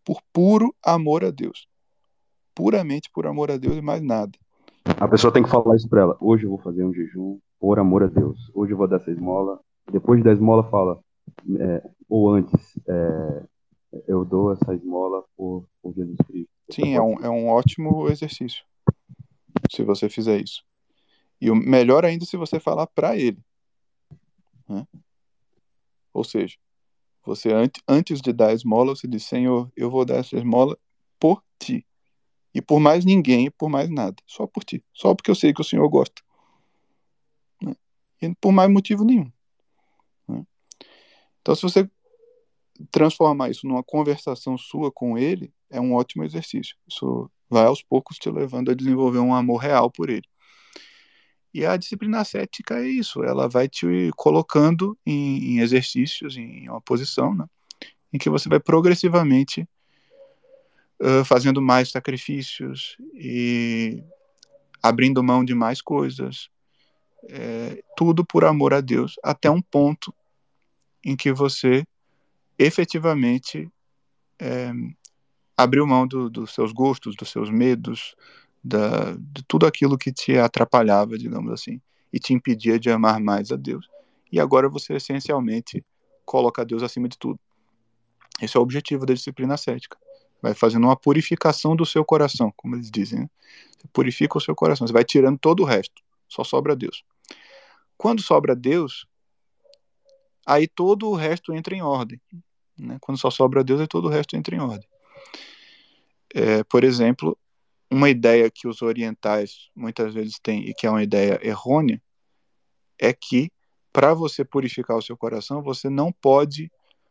por puro amor a Deus. Puramente por amor a Deus e mais nada. A pessoa tem que falar isso pra ela. Hoje eu vou fazer um jejum por amor a Deus. Hoje eu vou dar essa esmola. Depois da esmola fala, ou antes, eu dou essa esmola por Jesus Cristo. Sim, é um ótimo exercício, se você fizer isso. E o melhor ainda se você falar para ele. Né? Ou seja, você antes de dar a esmola, você diz, Senhor, eu vou dar essa esmola por ti. E por mais ninguém, e por mais nada. Só por ti. Só porque eu sei que o Senhor gosta. Né? E por mais motivo nenhum. Né? Então, se você transformar isso numa conversação sua com ele, é um ótimo exercício. Isso vai aos poucos te levando a desenvolver um amor real por ele. E a disciplina ascética é isso, ela vai te colocando em exercícios, em uma posição, né, em que você vai progressivamente fazendo mais sacrifícios e abrindo mão de mais coisas, tudo por amor a Deus, até um ponto em que você efetivamente abriu mão dos seus gostos, dos seus medos, de tudo aquilo que te atrapalhava, digamos assim, e te impedia de amar mais a Deus. E agora você essencialmente coloca Deus acima de tudo. Esse é o objetivo da disciplina ascética. Vai fazendo uma purificação do seu coração, como eles dizem. Né? Você purifica o seu coração, você vai tirando todo o resto, só sobra Deus. Quando sobra Deus, aí todo o resto entra em ordem. Né? Quando só sobra Deus, aí todo o resto entra em ordem. Por exemplo, uma ideia que os orientais muitas vezes têm e que é uma ideia errônea é que para você purificar o seu coração, você não pode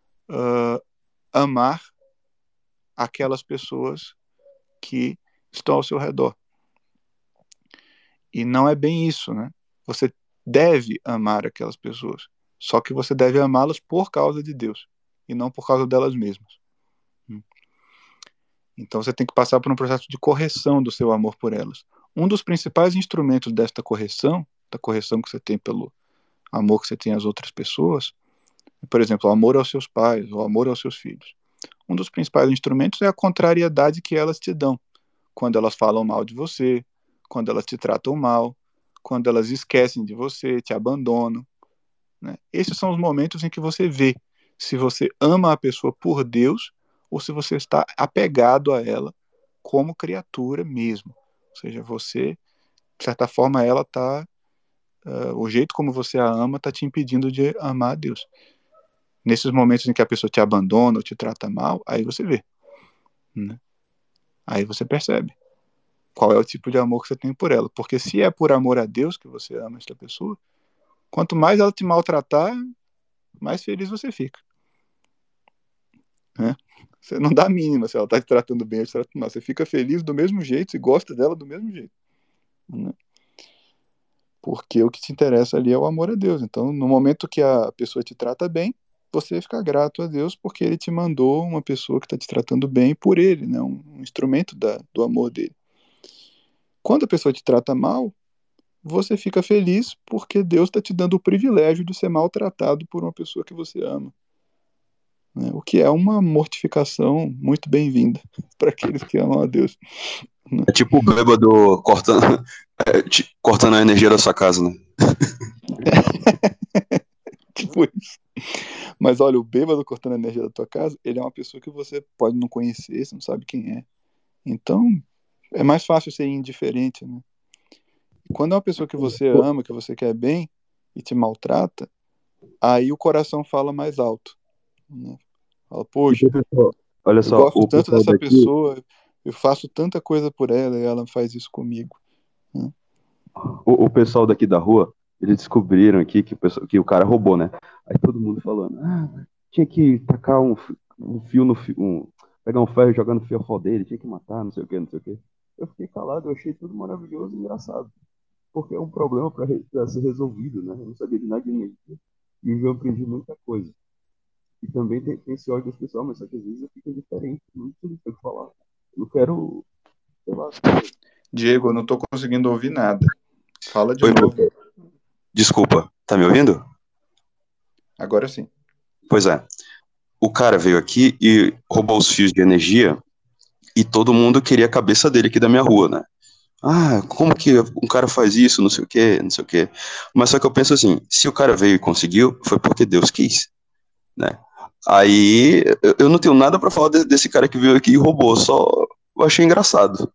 amar aquelas pessoas que estão ao seu redor. E não é bem isso, né? Você deve amar aquelas pessoas, só que você deve amá-las por causa de Deus e não por causa delas mesmas. Então você tem que passar por um processo de correção do seu amor por elas. Um dos principais instrumentos desta correção, da correção que você tem pelo amor que você tem às outras pessoas, por exemplo, o amor aos seus pais, o amor aos seus filhos. Um dos principais instrumentos é a contrariedade que elas te dão. Quando elas falam mal de você, quando elas te tratam mal, quando elas esquecem de você, te abandonam. Né? Esses são os momentos em que você vê se você ama a pessoa por Deus ou se você está apegado a ela como criatura mesmo. Ou seja, você, de certa forma, ela está... o jeito como você a ama está te impedindo de amar a Deus. Nesses momentos em que a pessoa te abandona ou te trata mal, aí você vê. Né? Aí você percebe qual é o tipo de amor que você tem por ela. Porque se é por amor a Deus que você ama esta pessoa, quanto mais ela te maltratar, mais feliz você fica. Né? Você não dá a mínima se ela está te tratando bem ou te tratando mal. Você fica feliz do mesmo jeito e gosta dela do mesmo jeito. Né? Porque o que te interessa ali é o amor a Deus. Então, no momento que a pessoa te trata bem, você fica grato a Deus porque ele te mandou uma pessoa que está te tratando bem por ele, né? Um instrumento do amor dele. Quando a pessoa te trata mal, você fica feliz porque Deus está te dando o privilégio de ser maltratado por uma pessoa que você ama. Né? O que é uma mortificação muito bem-vinda para aqueles que amam a Deus. Né? É tipo o bêbado cortando a energia da sua casa, né? Tipo isso. Mas olha, o bêbado cortando a energia da tua casa, ele é uma pessoa que você pode não conhecer, você não sabe quem é. Então, é mais fácil ser indiferente, né? Quando é uma pessoa que você ama, que você quer bem e te maltrata, aí o coração fala mais alto. Né? Fala, poxa, olha eu só, gosto o tanto pessoal dessa daqui, pessoa, eu faço tanta coisa por ela e ela faz isso comigo. Né? o pessoal daqui da rua, eles descobriram aqui que o cara roubou, né? Aí todo mundo falando, tinha que tacar um fio no fio, pegar um ferro e jogar no fiofó dele, tinha que matar, não sei o que, não sei o que. Eu fiquei calado, eu achei tudo maravilhoso e engraçado. Porque é um problema para ser resolvido, né? Eu não sabia de nada de energia. E eu aprendi muita coisa. E também tem esse ódio pessoal, mas só que às vezes eu fico indiferente, não sei o que falar. Eu não quero, sei lá. Diego, eu não estou conseguindo ouvir nada. Fala de Oi, novo. professor. Desculpa, tá me ouvindo? Agora sim. Pois é. o cara veio aqui e roubou os fios de energia e todo mundo queria a cabeça dele aqui da minha rua, né? Ah, como que um cara faz isso, não sei o quê, não sei o quê. Mas só que eu penso assim, se o cara veio e conseguiu, foi porque Deus quis, né? Aí eu não tenho nada pra falar desse cara que veio aqui e roubou, só eu achei engraçado.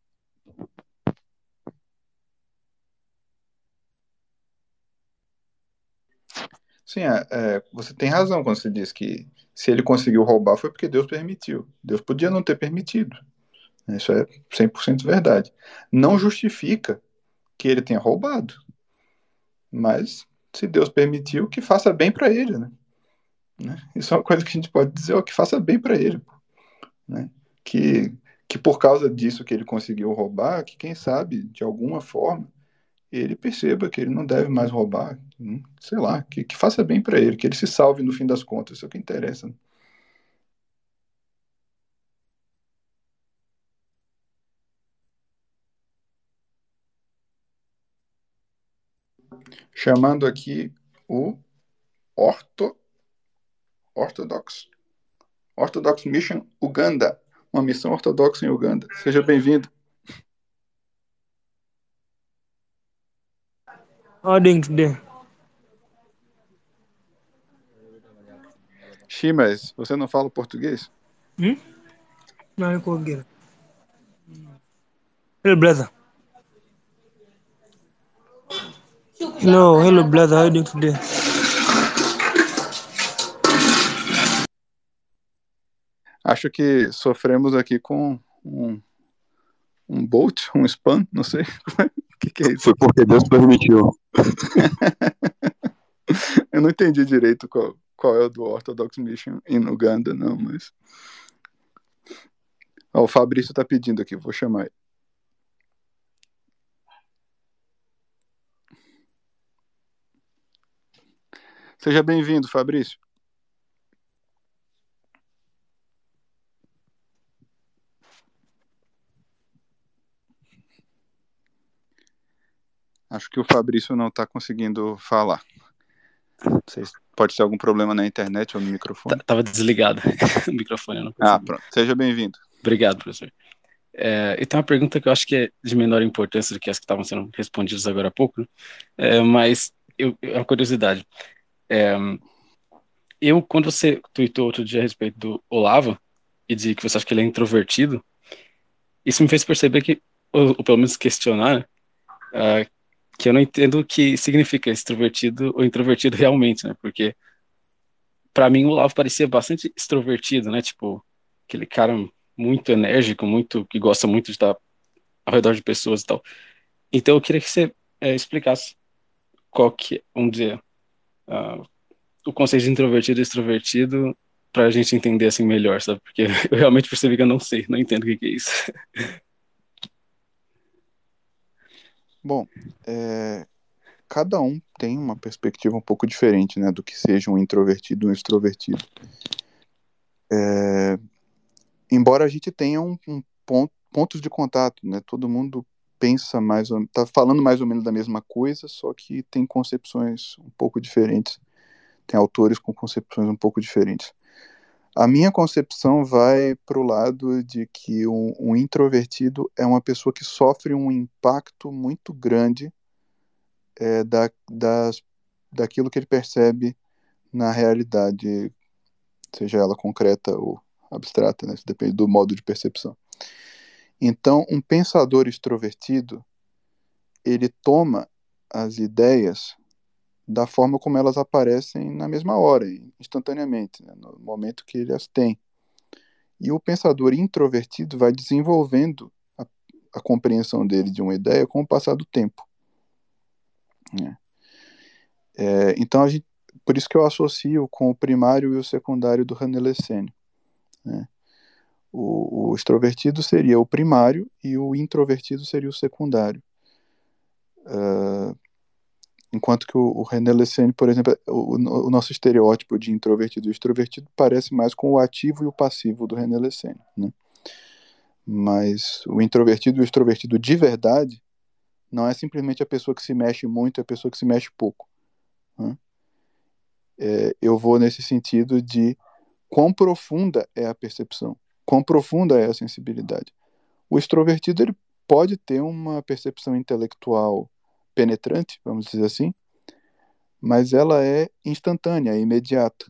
Sim, você tem razão quando você diz que se ele conseguiu roubar foi porque Deus permitiu. Deus podia não ter permitido. Isso é 100% verdade. Não justifica que ele tenha roubado, mas se Deus permitiu, que faça bem para ele, né? Isso é uma coisa que a gente pode dizer, ó, que faça bem para ele, né? Que, que por causa disso que ele conseguiu roubar, que quem sabe, de alguma forma, ele perceba que ele não deve mais roubar, sei lá, que faça bem para ele, que ele se salve no fim das contas, isso é o que interessa, né? Chamando aqui o Orto, Orthodox Mission Uganda, uma missão ortodoxa em Uganda. Seja bem-vindo. How are you doing today? Mas você não fala português? No, I could get. Hello, brother. Hello, brother. How are you doing today? Acho que sofremos aqui com um bolt, um spam, não sei. O que é isso? Foi porque Deus permitiu. Eu não entendi direito qual é o do Orthodox Mission em Uganda, não, mas... Ó, o Fabrício tá pedindo aqui, vou chamar ele. Seja bem-vindo, Fabrício. Acho que o Fabrício não está conseguindo falar. Não sei se pode ser algum problema na internet ou no microfone. Tava desligado o microfone, eu não consegui. Pronto. Seja bem-vindo. Obrigado, professor. E tem uma pergunta que eu acho que é de menor importância do que as que estavam sendo respondidas agora há pouco, né? Mas é uma curiosidade. Quando você tweetou outro dia a respeito do Olavo e de que você acha que ele é introvertido, isso me fez perceber que, ou pelo menos questionar, que eu não entendo o que significa extrovertido ou introvertido realmente, né? Porque para mim o Olavo parecia bastante extrovertido, né? Tipo, aquele cara muito enérgico, muito que gosta muito de estar ao redor de pessoas e tal. Então eu queria que você explicasse qual que, vamos dizer, o conceito de introvertido e extrovertido para a gente entender assim melhor, sabe? Porque eu realmente percebi que eu não sei, não entendo o que é isso. Bom, cada um tem uma perspectiva um pouco diferente, né, do que seja um introvertido e um extrovertido. Embora a gente tenha pontos de contato, né, todo mundo pensa tá falando mais ou menos da mesma coisa, só que tem concepções um pouco diferentes, tem autores com concepções um pouco diferentes. A minha concepção vai para o lado de que um introvertido é uma pessoa que sofre um impacto muito grande daquilo que ele percebe na realidade, seja ela concreta ou abstrata, né? Isso depende do modo de percepção. Então, um pensador extrovertido, ele toma as ideias da forma como elas aparecem na mesma hora, instantaneamente, né? No momento que ele as tem. E o pensador introvertido vai desenvolvendo a compreensão dele de uma ideia com o passar do tempo, né? Então, por isso que eu associo com o primário e o secundário do René Lessene, né? O extrovertido seria o primário e o introvertido seria o secundário. Enquanto que o René Lessene, por exemplo, o nosso estereótipo de introvertido e extrovertido parece mais com o ativo e o passivo do René Lessene, né? Mas o introvertido e o extrovertido de verdade não é simplesmente a pessoa que se mexe muito, é a pessoa que se mexe pouco, né? Eu vou nesse sentido de quão profunda é a percepção, quão profunda é a sensibilidade. O extrovertido ele pode ter uma percepção intelectual penetrante, vamos dizer assim, mas ela é instantânea, é imediata.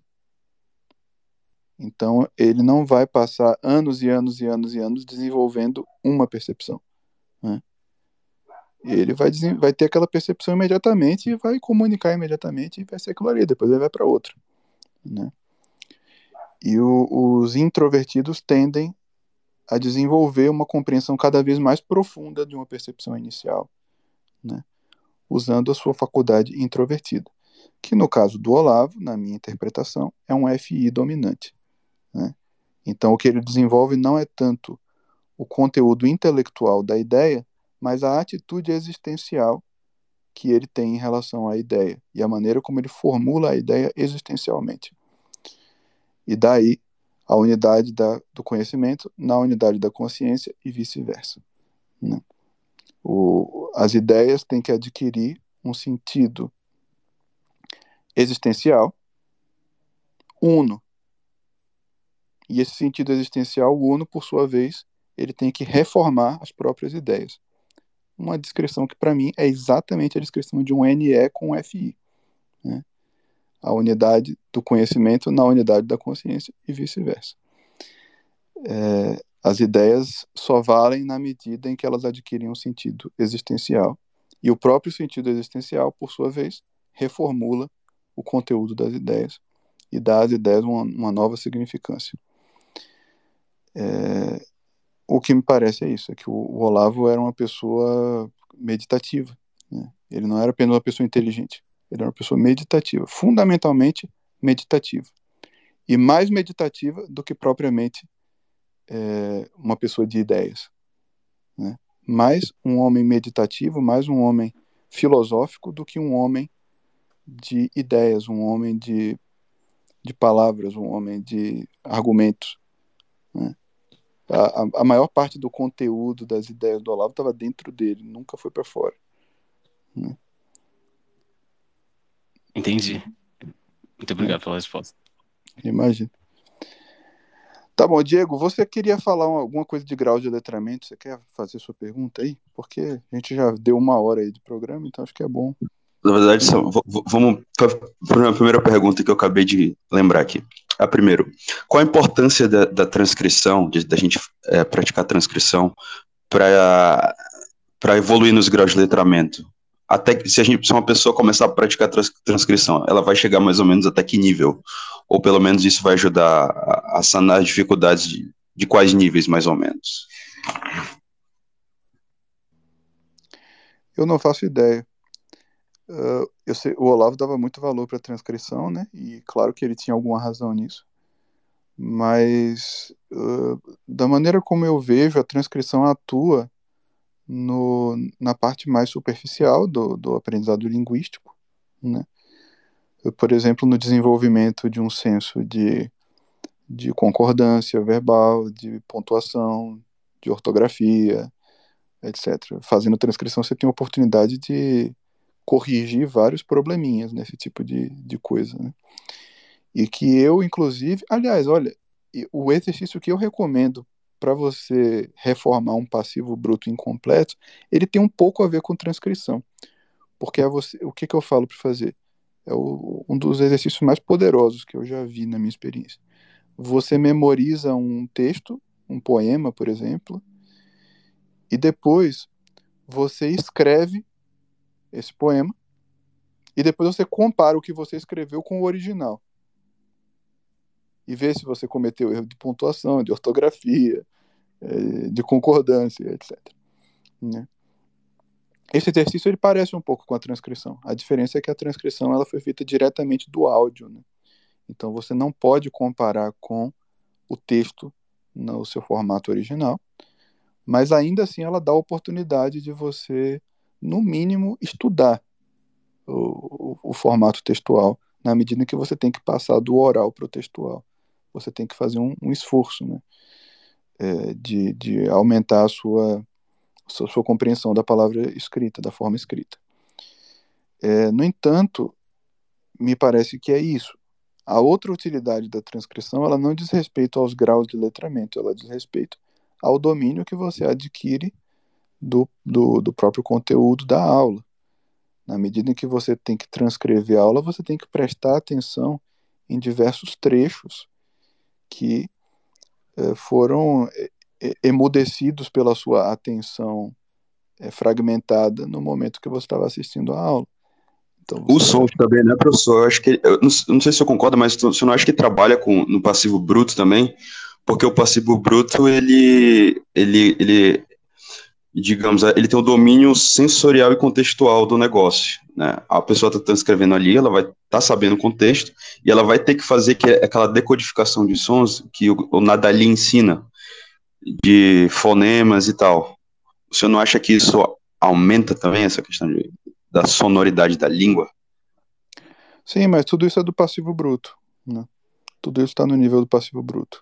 Então, ele não vai passar anos e anos e anos e anos desenvolvendo uma percepção, né? Ele vai ter aquela percepção imediatamente e vai comunicar imediatamente e vai ser aquilo ali, depois ele vai para outra, né? E os introvertidos tendem a desenvolver uma compreensão cada vez mais profunda de uma percepção inicial, né? Usando a sua faculdade introvertida, que no caso do Olavo, na minha interpretação, é um FI dominante, né? Então, o que ele desenvolve não é tanto o conteúdo intelectual da ideia, mas a atitude existencial que ele tem em relação à ideia e a maneira como ele formula a ideia existencialmente. E daí a unidade do conhecimento na unidade da consciência e vice-versa, né? As ideias têm que adquirir um sentido existencial uno. E esse sentido existencial uno, por sua vez, ele tem que reformar as próprias ideias. Uma descrição que, para mim, é exatamente a descrição de um NE com um FI, né? A unidade do conhecimento na unidade da consciência e vice-versa. As ideias só valem na medida em que elas adquirem um sentido existencial. E o próprio sentido existencial, por sua vez, reformula o conteúdo das ideias e dá às ideias uma nova significância. O que me parece é isso, é que o Olavo era uma pessoa meditativa, né? Ele não era apenas uma pessoa inteligente, ele era uma pessoa meditativa, fundamentalmente meditativa. E mais meditativa do que propriamente uma pessoa de ideias, né? Mais um homem meditativo, mais um homem filosófico do que um homem de ideias, um homem de palavras, um homem de argumentos, né? A maior parte do conteúdo das ideias do Olavo estava dentro dele, nunca foi para fora, né? Entendi. Muito obrigado pela resposta. Imagina. Tá bom, Diego, você queria falar alguma coisa de grau de letramento? Você quer fazer sua pergunta aí? Porque a gente já deu 1 hora aí de programa, então acho que é bom. Na verdade, vamos para a primeira pergunta que eu acabei de lembrar aqui. A primeira, qual a importância da transcrição, da gente praticar transcrição para evoluir nos graus de letramento? Até que, se uma pessoa começar a praticar transcrição, ela vai chegar mais ou menos até que nível? Ou pelo menos isso vai ajudar a sanar as dificuldades de quais níveis, mais ou menos? Eu não faço ideia. O Olavo dava muito valor para a transcrição, né? E claro que ele tinha alguma razão nisso. Mas, da maneira como eu vejo, a transcrição atua na parte mais superficial do aprendizado linguístico, né? Por exemplo, no desenvolvimento de um senso de concordância verbal, de pontuação, de ortografia, etc. Fazendo transcrição, você tem a oportunidade de corrigir vários probleminhas nesse tipo de coisa, né? E que eu, inclusive, aliás, olha, o exercício que eu recomendo para você reformar um passivo bruto incompleto, ele tem um pouco a ver com transcrição, porque o que eu falo para fazer? É um dos exercícios mais poderosos que eu já vi na minha experiência. Você memoriza um texto, um poema, por exemplo, e depois você escreve esse poema e depois você compara o que você escreveu com o original e vê se você cometeu erro de pontuação, de ortografia, de concordância, etc., né? Esse exercício ele parece um pouco com a transcrição. A diferença é que a transcrição ela foi feita diretamente do áudio, né? Então você não pode comparar com o texto no seu formato original, mas ainda assim ela dá a oportunidade de você, no mínimo, estudar o formato textual, na medida que você tem que passar do oral para o textual. Você tem que fazer um esforço, né? De aumentar a sua compreensão da palavra escrita, da forma escrita. No entanto, me parece que é isso. A outra utilidade da transcrição, ela não diz respeito aos graus de letramento, ela diz respeito ao domínio que você adquire do próprio conteúdo da aula. Na medida em que você tem que transcrever a aula, você tem que prestar atenção em diversos trechos que foram emudecidos pela sua atenção fragmentada no momento que você estava assistindo a aula. Então, O som também, né, professor? Eu acho que, eu não sei se eu concordo, mas você não acha que trabalha no passivo bruto também? Porque o passivo bruto, digamos, ele tem o domínio sensorial e contextual do negócio, né? A pessoa está escrevendo ali, ela vai estar sabendo o contexto e ela vai ter que fazer aquela decodificação de sons que o Nadali ensina, de fonemas e tal. O senhor não acha que isso aumenta também essa questão da sonoridade da língua? Sim, mas tudo isso é do passivo bruto, né? Tudo isso está no nível do passivo bruto.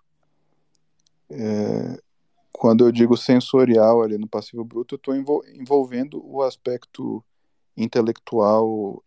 Quando eu digo sensorial ali no passivo bruto, eu estou envolvendo o aspecto intelectual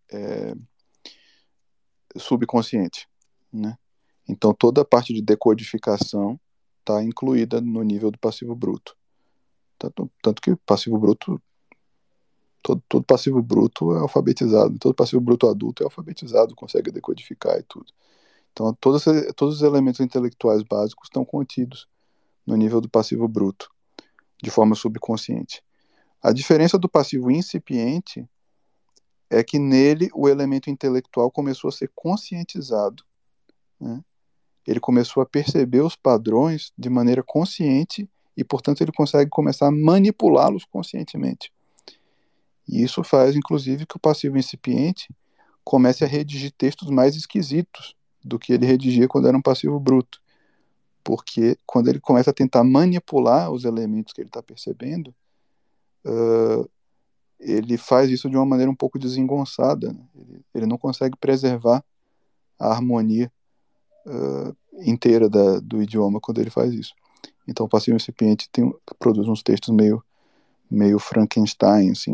subconsciente, né? Então toda a parte de decodificação está incluída no nível do passivo bruto. Tanto que passivo bruto, todo passivo bruto é alfabetizado, todo passivo bruto adulto é alfabetizado, consegue decodificar e tudo. Então todos os elementos intelectuais básicos estão contidos no nível do passivo bruto, de forma subconsciente. A diferença do passivo incipiente é que nele o elemento intelectual começou a ser conscientizado, né? Ele começou a perceber os padrões de maneira consciente e, portanto, ele consegue começar a manipulá-los conscientemente. E isso faz, inclusive, que o passivo incipiente comece a redigir textos mais esquisitos do que ele redigia quando era um passivo bruto. Porque quando ele começa a tentar manipular os elementos que ele está percebendo, ele faz isso de uma maneira um pouco desengonçada, né? Ele não consegue preservar a harmonia inteira do idioma quando ele faz isso. Então o passivo incipiente produz uns textos meio Frankenstein, assim,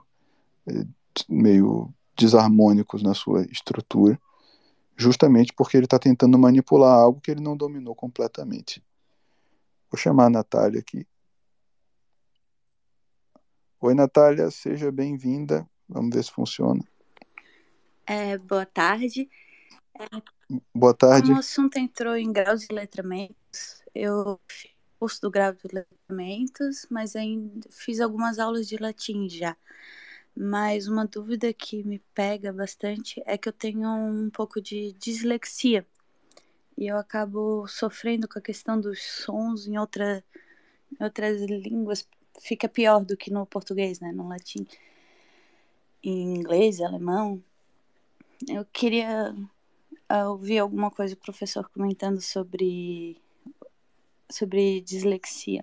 meio desarmônicos na sua estrutura, justamente porque ele está tentando manipular algo que ele não dominou completamente. Vou chamar a Natália aqui. Oi, Natália, seja bem-vinda. Vamos ver se funciona. Boa tarde. Boa tarde. Como o assunto entrou em graus de letramentos, eu fiz o curso do grau de letramentos, mas ainda fiz algumas aulas de latim já. Mas uma dúvida que me pega bastante é que eu tenho um pouco de dislexia. E eu acabo sofrendo com a questão dos sons em outras línguas. Fica pior do que no português, né? No latim. Em inglês, alemão. Eu queria ouvir alguma coisa do professor comentando sobre dislexia.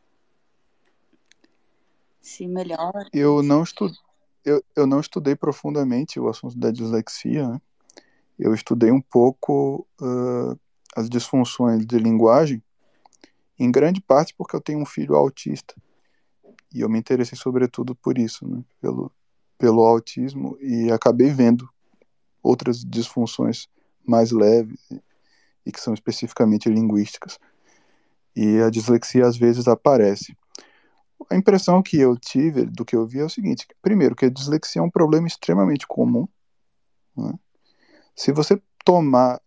Se melhora. Eu não estudei profundamente o assunto da dislexia, né? Eu estudei um pouco as disfunções de linguagem, em grande parte porque eu tenho um filho autista. E eu me interessei sobretudo por isso, né? Pelo autismo, e acabei vendo outras disfunções mais leves e que são especificamente linguísticas. E a dislexia às vezes aparece. A impressão que eu tive do que eu vi é o seguinte: primeiro, que a dislexia é um problema extremamente comum, né? Se você tomar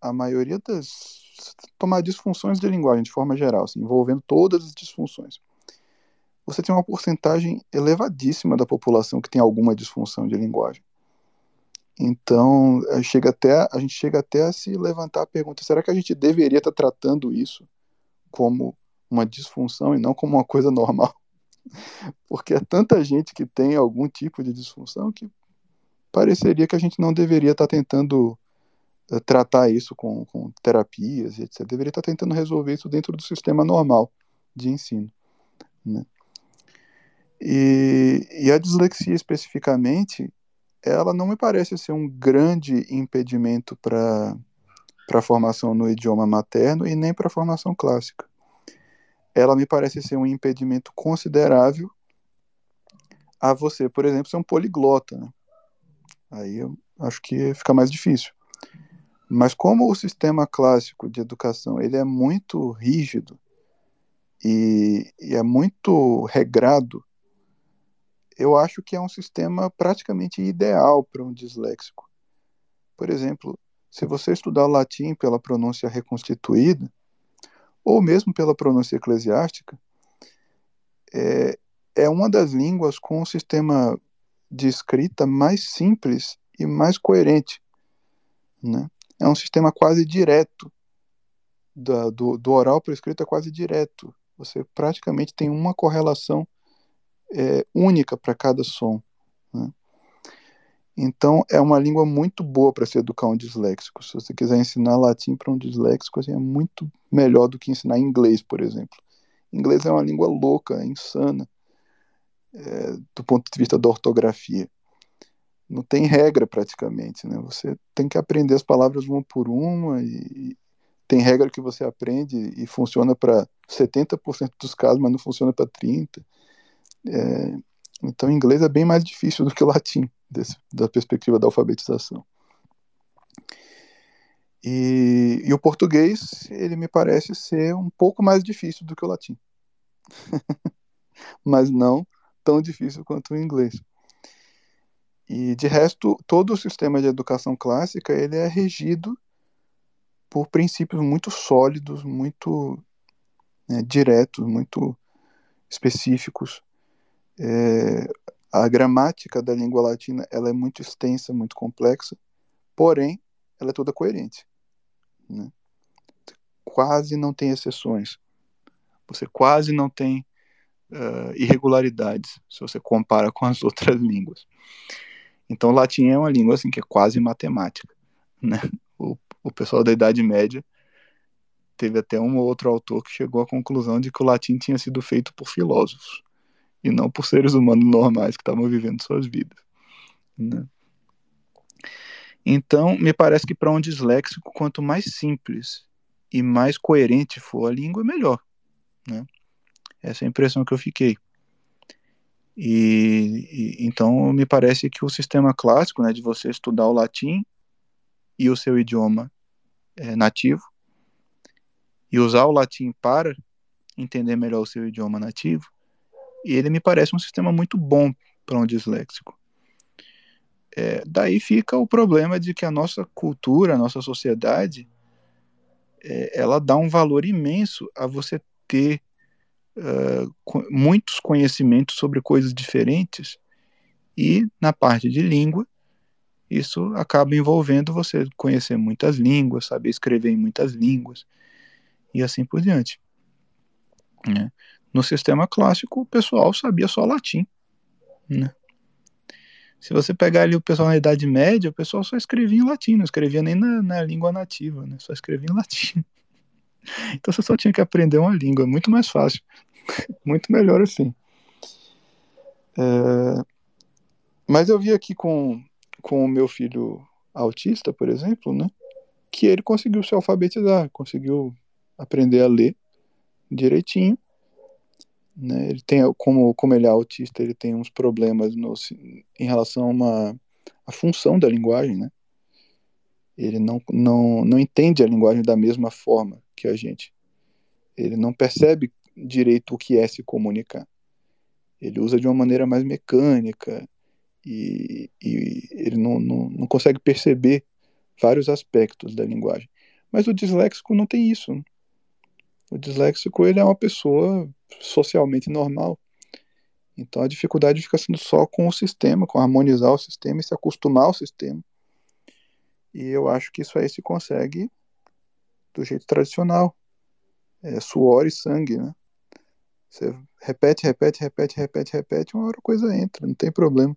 tomar disfunções de linguagem de forma geral, assim, envolvendo todas as disfunções, você tem uma porcentagem elevadíssima da população que tem alguma disfunção de linguagem. Então, a gente chega até a se levantar a pergunta: será que a gente deveria estar tratando isso como uma disfunção e não como uma coisa normal? Porque é tanta gente que tem algum tipo de disfunção que pareceria que a gente não deveria estar tentando tratar isso com terapias e etc. Deveria estar tentando resolver isso dentro do sistema normal de ensino, né? E a dislexia especificamente, ela não me parece ser um grande impedimento para a formação no idioma materno e nem para a formação clássica. Ela me parece ser um impedimento considerável a você, por exemplo, ser um poliglota, né? Aí eu acho que fica mais difícil. Mas como o sistema clássico de educação ele é muito rígido e é muito regrado, eu acho que é um sistema praticamente ideal para um disléxico. Por exemplo, se você estudar o latim pela pronúncia reconstituída, ou mesmo pela pronúncia eclesiástica, é uma das línguas com um sistema de escrita mais simples e mais coerente, né? É um sistema quase direto, do oral para o escrito é quase direto. Você praticamente tem uma correlação única para cada som, né? Então, é uma língua muito boa para se educar um disléxico. Se você quiser ensinar latim para um disléxico, assim, é muito melhor do que ensinar inglês, por exemplo. Inglês é uma língua louca, é insana, do ponto de vista da ortografia. Não tem regra praticamente, né? Você tem que aprender as palavras uma por uma e tem regra que você aprende e funciona para 70% dos casos, mas não funciona para 30%. Então, inglês é bem mais difícil do que o latim, da perspectiva da alfabetização. E o português, ele me parece ser um pouco mais difícil do que o latim. Mas não tão difícil quanto o inglês. E, de resto, todo o sistema de educação clássica, ele é regido por princípios muito sólidos, muito diretos, muito específicos. A gramática da língua latina ela é muito extensa, muito complexa, porém, ela é toda coerente, né? Quase não tem exceções. Você quase não tem irregularidades, se você compara com as outras línguas. Então, o latim é uma língua assim, que é quase matemática, né? O pessoal da Idade Média teve até um ou outro autor que chegou à conclusão de que o latim tinha sido feito por filósofos e não por seres humanos normais que estavam vivendo suas vidas, né? Então, me parece que para um disléxico, quanto mais simples e mais coerente for a língua, melhor, né? Essa é a impressão que eu fiquei. Então, me parece que o sistema clássico, né, de você estudar o latim e o seu idioma nativo, e usar o latim para entender melhor o seu idioma nativo, ele me parece um sistema muito bom para um disléxico. Daí fica o problema de que a nossa cultura, a nossa sociedade, ela dá um valor imenso a você ter muitos conhecimentos sobre coisas diferentes, e na parte de língua, isso acaba envolvendo você conhecer muitas línguas, saber escrever em muitas línguas, e assim por diante, né? No sistema clássico, o pessoal sabia só latim, né? Se você pegar ali o pessoal na Idade Média, o pessoal só escrevia em latim, não escrevia nem na língua nativa, né? Só escrevia em latim. Então você só tinha que aprender uma língua, muito mais fácil, muito melhor assim. Mas eu vi aqui com o meu filho autista, por exemplo, né, que ele conseguiu se alfabetizar, conseguiu aprender a ler direitinho, né? Ele tem, como ele é autista, ele tem uns problemas em relação à função da linguagem, né? Ele não entende a linguagem da mesma forma que a gente. Ele não percebe direito o que é se comunicar. Ele usa de uma maneira mais mecânica e ele não consegue perceber vários aspectos da linguagem. Mas o disléxico não tem isso, né? O disléxico, ele é uma pessoa socialmente normal. Então a dificuldade fica sendo só com o sistema, com harmonizar o sistema e se acostumar ao sistema. E eu acho que isso aí se consegue do jeito tradicional. Suor e sangue, né? Você repete, uma hora a coisa entra, não tem problema.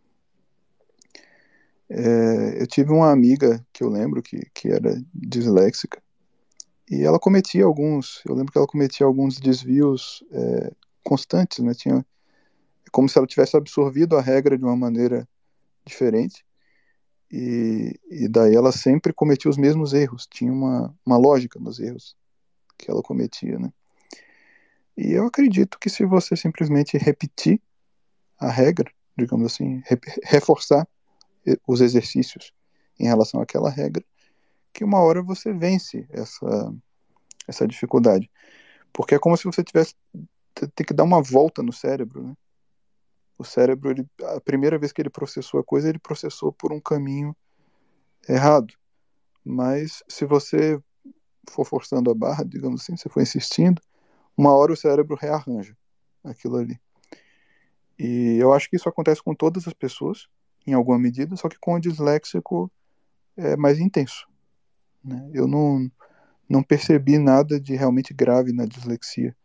Eu tive uma amiga que eu lembro que era disléxica, e eu lembro que ela cometia alguns desvios constantes, né? Como se ela tivesse absorvido a regra de uma maneira diferente, e daí ela sempre cometia os mesmos erros, tinha uma lógica nos erros que ela cometia, né? E eu acredito que se você simplesmente repetir a regra, digamos assim, reforçar os exercícios em relação àquela regra, que uma hora você vence essa dificuldade. Porque é como se você tivesse ter que dar uma volta no cérebro, né? O cérebro, a primeira vez que ele processou a coisa, ele processou por um caminho errado. Mas se você for forçando a barra, digamos assim, se for insistindo, uma hora o cérebro rearranja aquilo ali. E eu acho que isso acontece com todas as pessoas, em alguma medida, só que com o disléxico é mais intenso, né? Eu não percebi nada de realmente grave na dislexia.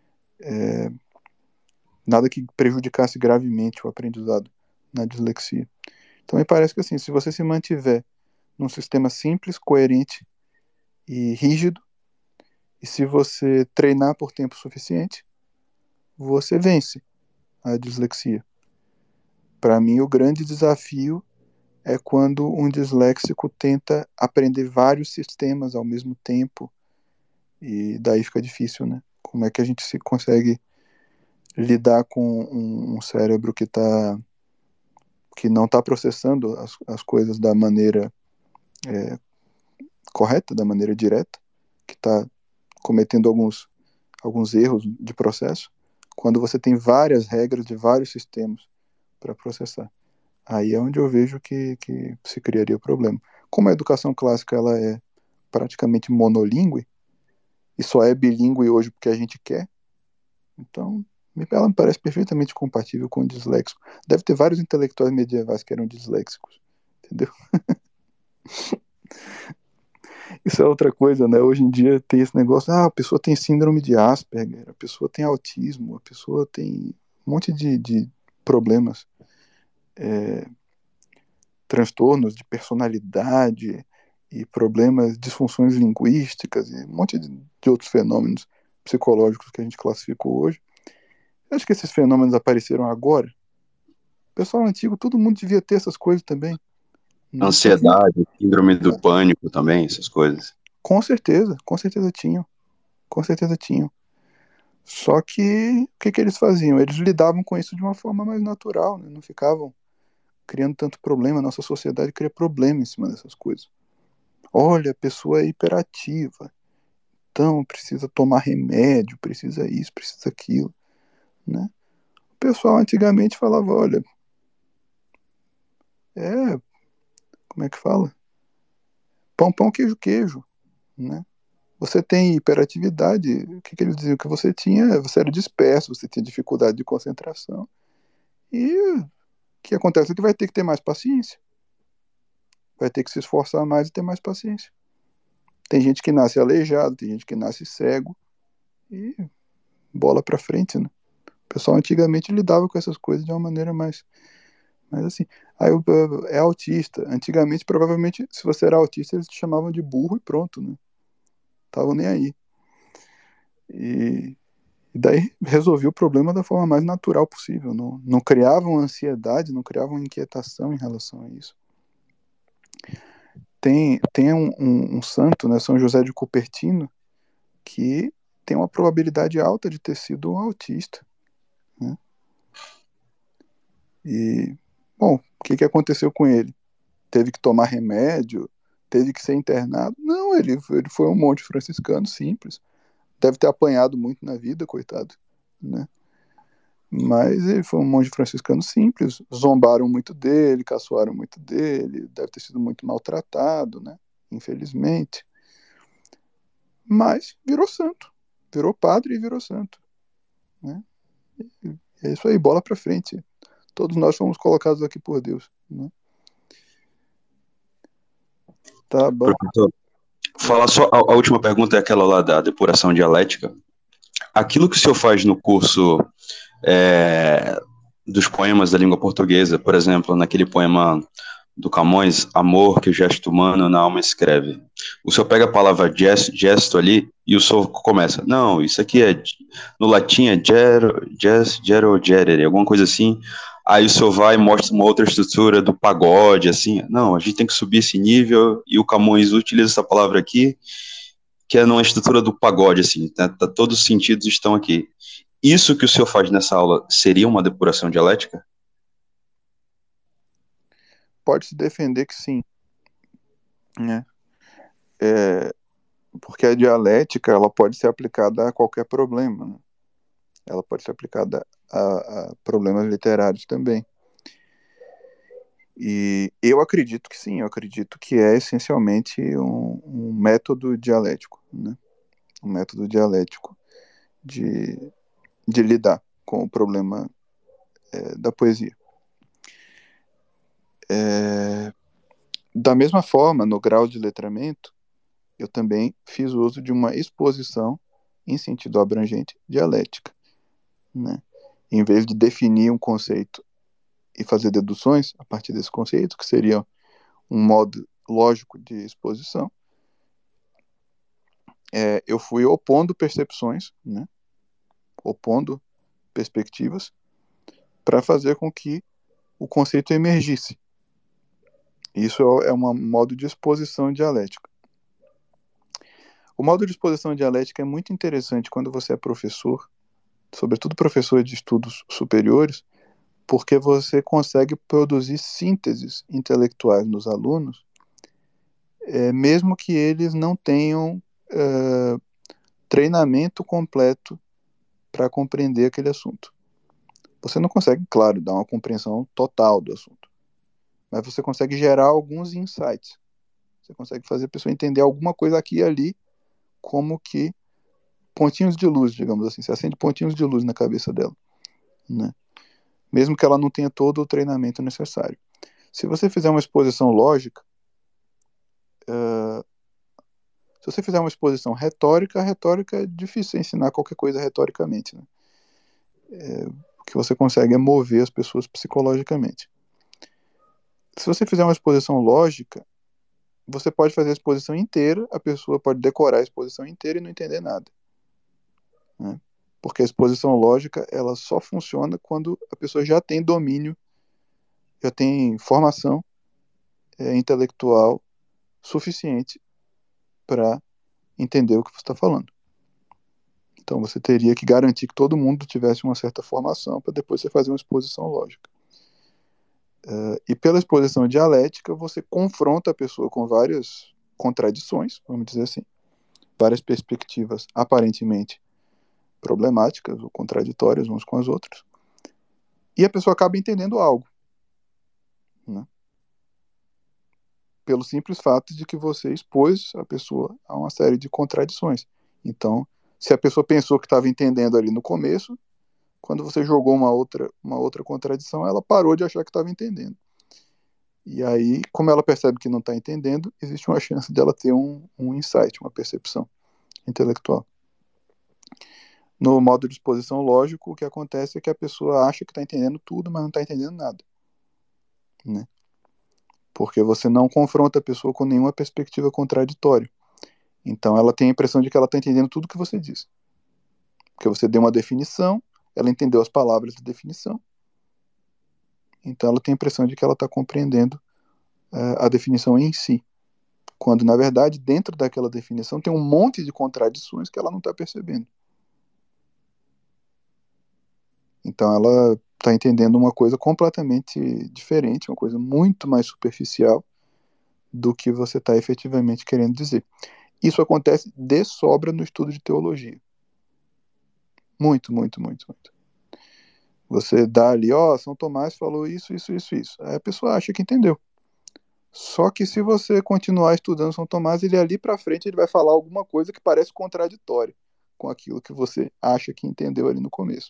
Nada que prejudicasse gravemente o aprendizado na dislexia. Então me parece que assim, se você se mantiver num sistema simples, coerente e rígido, e se você treinar por tempo suficiente, você vence a dislexia. Para mim, o grande desafio é quando um disléxico tenta aprender vários sistemas ao mesmo tempo, e daí fica difícil, né? Como é que a gente se consegue lidar com um cérebro que não está processando as coisas da maneira correta, da maneira direta, que está cometendo alguns erros de processo, quando você tem várias regras de vários sistemas para processar. Aí é onde eu vejo que se criaria problema. Como a educação clássica ela é praticamente monolíngue, e só é bilíngue hoje porque a gente quer, então ela me parece perfeitamente compatível com o disléxico. Deve ter vários intelectuais medievais que eram disléxicos, entendeu? Isso é outra coisa, né? Hoje em dia tem esse negócio, a pessoa tem síndrome de Asperger, a pessoa tem autismo, a pessoa tem um monte de problemas, transtornos de personalidade e problemas, disfunções linguísticas e um monte de outros fenômenos psicológicos que a gente classificou hoje. Eu acho que esses fenômenos apareceram agora. O pessoal antigo, todo mundo devia ter essas coisas também. Ansiedade, síndrome do pânico também, essas coisas. Com certeza tinham. Com certeza tinham. Só que o que eles faziam? Eles lidavam com isso de uma forma mais natural, né? Não ficavam criando tanto problema. A nossa sociedade cria problema em cima dessas coisas. Olha, a pessoa é hiperativa, então precisa tomar remédio, precisa isso, precisa aquilo, né? O pessoal antigamente falava, olha, como é que fala? Pão, pão, queijo, queijo, né? Você tem hiperatividade, o que eles diziam? Que você era disperso, você tinha dificuldade de concentração. E o que acontece é que vai ter que ter mais paciência. Vai ter que se esforçar mais e ter mais paciência. Tem gente que nasce aleijado, tem gente que nasce cego. E bola pra frente, né? O pessoal antigamente lidava com essas coisas de uma maneira mais assim. Aí é autista. Antigamente, provavelmente, se você era autista, eles te chamavam de burro e pronto, né? Estavam nem aí. E daí resolvia o problema da forma mais natural possível. Não criavam ansiedade, não criavam inquietação em relação a isso. Tem um santo, né, São José de Cupertino, que tem uma probabilidade alta de ter sido um autista, né? E, bom, o que aconteceu com ele? Teve que tomar remédio? Teve que ser internado? Não, ele foi um monge franciscano simples. Deve ter apanhado muito na vida, coitado, né? Mas ele foi um monge franciscano simples. Zombaram muito dele, caçoaram muito dele, deve ter sido muito maltratado, né? Infelizmente. Mas virou santo. Virou padre e virou santo, né? É isso aí, bola pra frente. Todos nós fomos colocados aqui por Deus, né? Tá bom. Professor, falar só a última pergunta é aquela lá da depuração dialética. Aquilo que o senhor faz no curso dos poemas da língua portuguesa, por exemplo, naquele poema do Camões, Amor que o gesto humano na alma escreve. O senhor pega a palavra gesto ali e o senhor começa, não, isso aqui no latim é gero, gerere, alguma coisa assim. Aí o senhor vai e mostra uma outra estrutura do pagode, assim. Não, a gente tem que subir esse nível, e o Camões utiliza essa palavra aqui, que é numa estrutura do pagode, assim, tá, todos os sentidos estão aqui. Isso que o senhor faz nessa aula seria uma depuração dialética? Pode se defender que sim, né? porque a dialética ela pode ser aplicada a qualquer problema, né? Ela pode ser aplicada a problemas literários também. E eu acredito que sim, eu acredito que é essencialmente um método dialético, né? Um método dialético de lidar com o problema da poesia. Da mesma forma, no grau de letramento, eu também fiz uso de uma exposição em sentido abrangente dialética, né? Em vez de definir um conceito e fazer deduções a partir desse conceito, que seria um modo lógico de exposição, eu fui opondo percepções, né? Opondo perspectivas, para fazer com que o conceito emergisse. Isso é um modo de exposição dialética. O modo de exposição dialética é muito interessante quando você é professor, sobretudo professor de estudos superiores, porque você consegue produzir sínteses intelectuais nos alunos, mesmo que eles não tenham treinamento completo para compreender aquele assunto. Você não consegue, claro, dar uma compreensão total do assunto, mas você consegue gerar alguns insights. Você consegue fazer a pessoa entender alguma coisa aqui e ali, como que pontinhos de luz, digamos assim. Você acende pontinhos de luz na cabeça dela, né? Mesmo que ela não tenha todo o treinamento necessário. Se você fizer uma exposição lógica, se você fizer uma exposição retórica, a retórica é difícil ensinar qualquer coisa retoricamente, né? O que você consegue é mover as pessoas psicologicamente. Se você fizer uma exposição lógica, você pode fazer a exposição inteira, a pessoa pode decorar a exposição inteira e não entender nada, né? Porque a exposição lógica, ela só funciona quando a pessoa já tem domínio, já tem formação intelectual suficiente para entender o que você está falando. Então você teria que garantir que todo mundo tivesse uma certa formação para depois você fazer uma exposição lógica. E pela exposição dialética, você confronta a pessoa com várias contradições, vamos dizer assim, várias perspectivas aparentemente problemáticas ou contraditórias umas com as outras, e a pessoa acaba entendendo algo, né? Pelo simples fato de que você expôs a pessoa a uma série de contradições. Então, se a pessoa pensou que estava entendendo ali no começo, quando você jogou uma outra contradição, ela parou de achar que estava entendendo. E aí, como ela percebe que não está entendendo, existe uma chance dela ter um insight, uma percepção intelectual. No modo de exposição lógico, o que acontece é que a pessoa acha que está entendendo tudo, mas não está entendendo nada, né? Porque você não confronta a pessoa com nenhuma perspectiva contraditória. Então ela tem a impressão de que ela está entendendo tudo que você diz. Porque você deu uma definição, ela entendeu as palavras da definição, então ela tem a impressão de que ela está compreendendo a definição em si. Quando, na verdade, dentro daquela definição tem um monte de contradições que ela não está percebendo. Então ela está entendendo uma coisa completamente diferente, uma coisa muito mais superficial do que você está efetivamente querendo dizer. Isso acontece de sobra no estudo de teologia. Muito, muito, muito, muito. Você dá ali, São Tomás falou isso, isso, isso, isso. Aí a pessoa acha que entendeu. Só que se você continuar estudando São Tomás, ele ali para frente ele vai falar alguma coisa que parece contraditória com aquilo que você acha que entendeu ali no começo.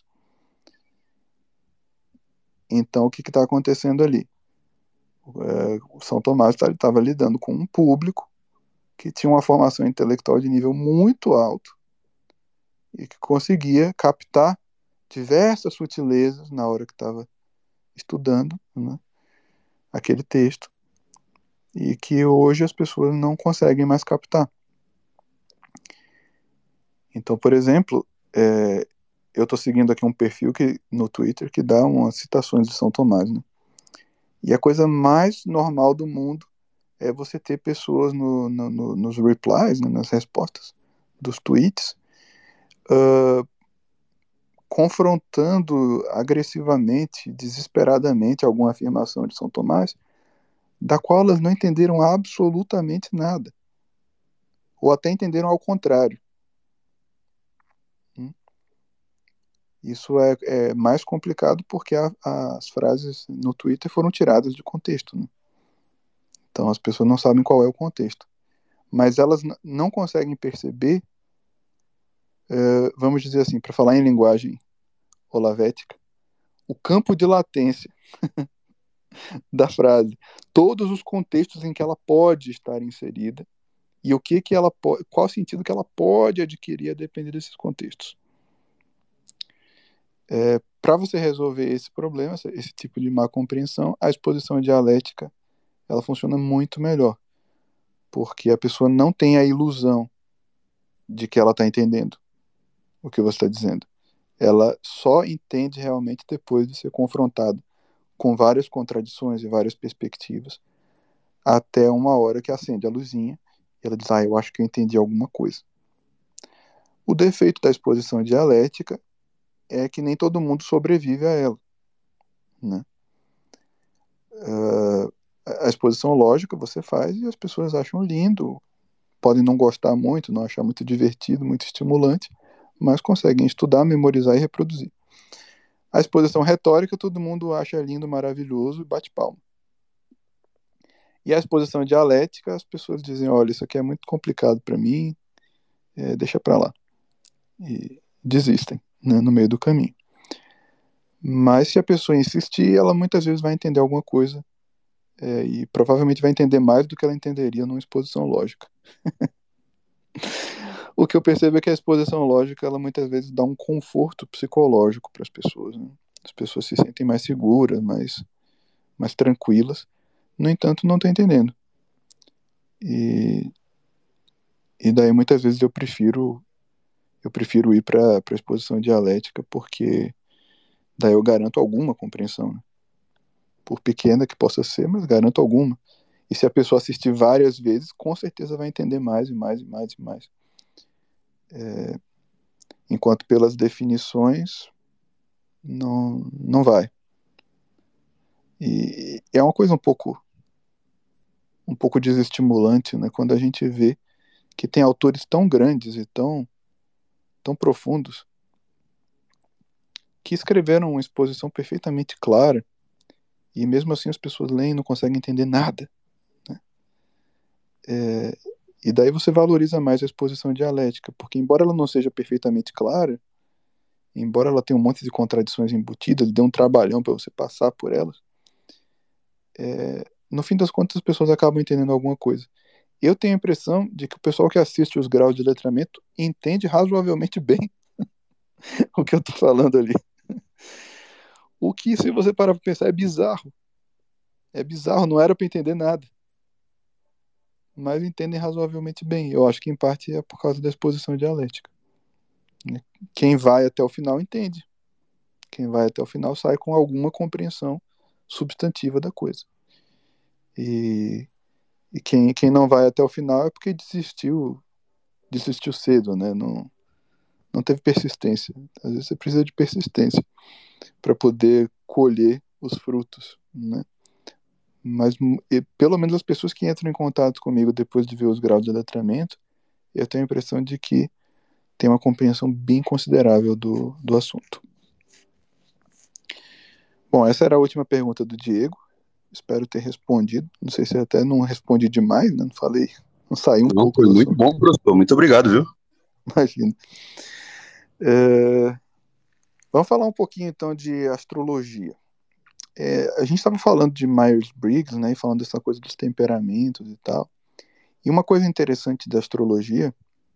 Então, o que está acontecendo ali? O São Tomás estava lidando com um público que tinha uma formação intelectual de nível muito alto e que conseguia captar diversas sutilezas na hora que estava estudando, né, aquele texto, e que hoje as pessoas não conseguem mais captar. Então, por exemplo, eu estou seguindo aqui um perfil no Twitter que dá umas citações de São Tomás, né? E a coisa mais normal do mundo é você ter pessoas nos replies, né, nas respostas dos tweets, confrontando agressivamente, desesperadamente alguma afirmação de São Tomás, da qual elas não entenderam absolutamente nada. ou até entenderam ao contrário. Isso é mais complicado porque as frases no Twitter foram tiradas de contexto, né? Então as pessoas não sabem qual é o contexto. Mas elas não conseguem perceber, vamos dizer assim, para falar em linguagem olavética, o campo de latência da frase, todos os contextos em que ela pode estar inserida e o que ela qual sentido que ela pode adquirir a depender desses contextos. Para você resolver esse problema, esse tipo de má compreensão, a exposição dialética ela funciona muito melhor, porque a pessoa não tem a ilusão de que ela está entendendo o que você está dizendo. Ela só entende realmente depois de ser confrontada com várias contradições e várias perspectivas, até uma hora que acende a luzinha e ela diz, eu acho que eu entendi alguma coisa. O defeito da exposição dialética é que nem todo mundo sobrevive a ela, né? A exposição lógica você faz e as pessoas acham lindo, podem não gostar muito, não achar muito divertido, muito estimulante, mas conseguem estudar, memorizar e reproduzir. A exposição retórica todo mundo acha lindo, maravilhoso e bate palma. E a exposição dialética as pessoas dizem, olha, isso aqui é muito complicado para mim, deixa para lá. E desistem, né, no meio do caminho. Mas se a pessoa insistir, ela muitas vezes vai entender alguma coisa e provavelmente vai entender mais do que ela entenderia numa exposição lógica. O que eu percebo é que a exposição lógica, ela muitas vezes dá um conforto psicológico para as pessoas, né? As pessoas se sentem mais seguras, mais tranquilas. No entanto, não estou entendendo. E daí muitas vezes eu prefiro ir para a exposição dialética, porque daí eu garanto alguma compreensão, né? Por pequena que possa ser, mas garanto alguma. E se a pessoa assistir várias vezes, com certeza vai entender mais e mais e mais e mais. Enquanto pelas definições, não vai. E é uma coisa um pouco desestimulante, né? Quando a gente vê que tem autores tão grandes e tão profundos que escreveram uma exposição perfeitamente clara e mesmo assim as pessoas leem e não conseguem entender nada, né? E daí você valoriza mais a exposição dialética, porque embora ela não seja perfeitamente clara, embora ela tenha um monte de contradições embutidas, dê um trabalhão para você passar por elas, no fim das contas as pessoas acabam entendendo alguma coisa. Eu tenho a impressão de que o pessoal que assiste os graus de letramento entende razoavelmente bem o que eu estou falando ali. O que, se você parar para pensar, é bizarro. É bizarro, não era para entender nada. Mas entendem razoavelmente bem. Eu acho que em parte é por causa da exposição dialética. Quem vai até o final entende. Quem vai até o final sai com alguma compreensão substantiva da coisa. E quem não vai até o final é porque desistiu cedo, né? Não teve persistência. Às vezes você precisa de persistência para poder colher os frutos, né? Mas pelo menos as pessoas que entram em contato comigo depois de ver os graus de letramento, eu tenho a impressão de que tem uma compreensão bem considerável do assunto. Bom, essa era a última pergunta do Diego. Espero ter respondido. Não sei se eu até não respondi demais, né? Não falei, não saí um pouco. Foi muito bom, professor. Muito obrigado, viu? Imagina. Vamos falar um pouquinho então de astrologia. A gente estava falando de Myers-Briggs, né, e falando dessa coisa dos temperamentos e tal. E uma coisa interessante da astrologia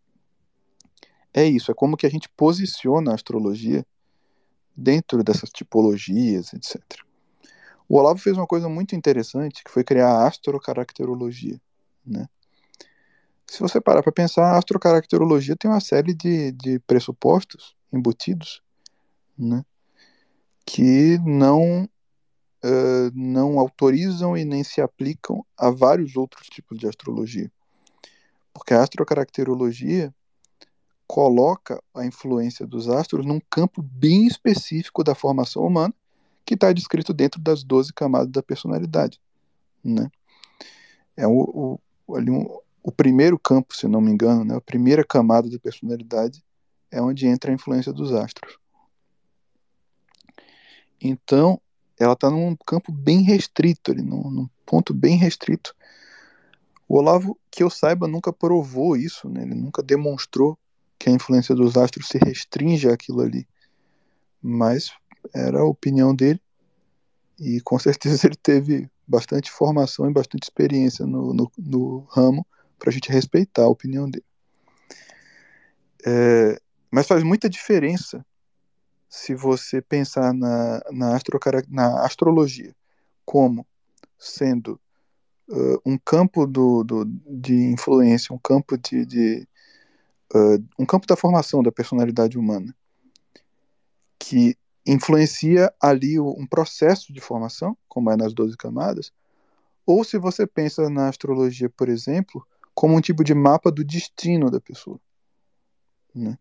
é isso, é como que a gente posiciona a astrologia dentro dessas tipologias, etc. O Olavo fez uma coisa muito interessante, que foi criar a astrocaracterologia, né? Se você parar para pensar, a astrocaracterologia tem uma série de pressupostos embutidos, né, que não autorizam e nem se aplicam a vários outros tipos de astrologia. Porque a astrocaracterologia coloca a influência dos astros num campo bem específico da formação humana, que está descrito dentro das 12 camadas da personalidade, né? o primeiro campo, se não me engano, né, a primeira camada da personalidade é onde entra a influência dos astros. Então, ela está num campo bem restrito, ali, num ponto bem restrito. O Olavo, que eu saiba, nunca provou isso, né? Ele nunca demonstrou que a influência dos astros se restringe àquilo ali. Mas era a opinião dele, e com certeza ele teve bastante formação e bastante experiência no ramo para a gente respeitar a opinião dele. Mas faz muita diferença se você pensar na astrologia como sendo um campo de influência, um campo um campo da formação da personalidade humana, que influencia ali um processo de formação, como é nas 12 camadas, ou se você pensa na astrologia, por exemplo, como um tipo de mapa do destino da pessoa, né?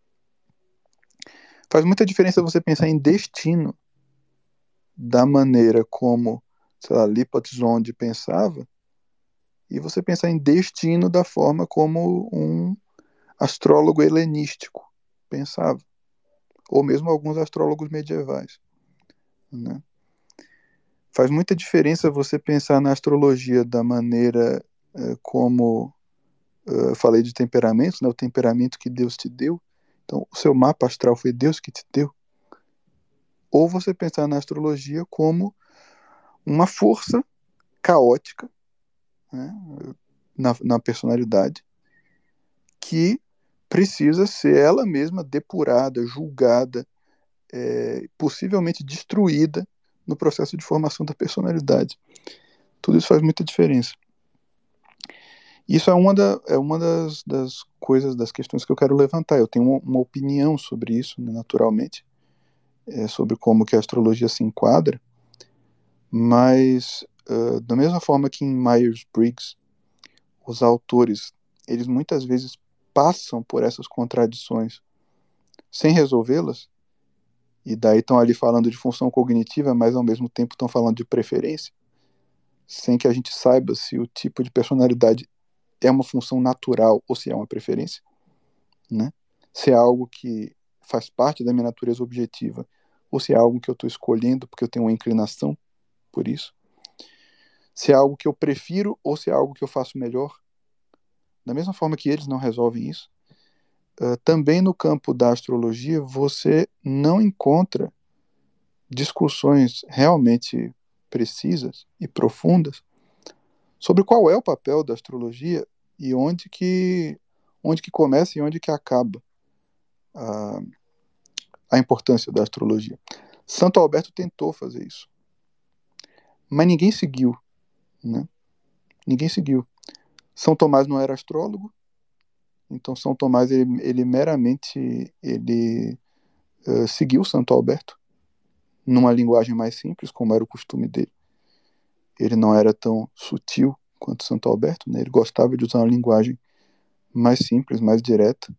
Faz muita diferença você pensar em destino da maneira como, sei lá, Lipot Zonde pensava, e você pensar em destino da forma como um astrólogo helenístico pensava, ou mesmo alguns astrólogos medievais, né? Faz muita diferença você pensar na astrologia da maneira como eu falei de temperamentos, né? O temperamento que Deus te deu. Então, o seu mapa astral foi Deus que te deu. Ou você pensar na astrologia como uma força caótica, né? na personalidade, que precisa ser ela mesma depurada, julgada, possivelmente destruída no processo de formação da personalidade. Tudo isso faz muita diferença. Isso é uma das coisas, das questões que eu quero levantar. Eu tenho uma opinião sobre isso, né, naturalmente, sobre como que a astrologia se enquadra, mas da mesma forma que em Myers-Briggs, os autores, eles muitas vezes passam por essas contradições sem resolvê-las, e daí estão ali falando de função cognitiva, mas ao mesmo tempo estão falando de preferência, sem que a gente saiba se o tipo de personalidade é uma função natural ou se é uma preferência, né? Se é algo que faz parte da minha natureza objetiva ou se é algo que eu estou escolhendo porque eu tenho uma inclinação por isso. Se é algo que eu prefiro ou se é algo que eu faço melhor. Da mesma forma que eles não resolvem isso, também no campo da astrologia você não encontra discussões realmente precisas e profundas sobre qual é o papel da astrologia e onde que começa e onde que acaba a importância da astrologia. Santo Alberto tentou fazer isso, mas ninguém seguiu, né? Ninguém seguiu. São Tomás não era astrólogo, então São Tomás ele meramente seguiu Santo Alberto numa linguagem mais simples, como era o costume dele. Ele não era tão sutil quanto Santo Alberto, né? Ele gostava de usar uma linguagem mais simples, mais direta,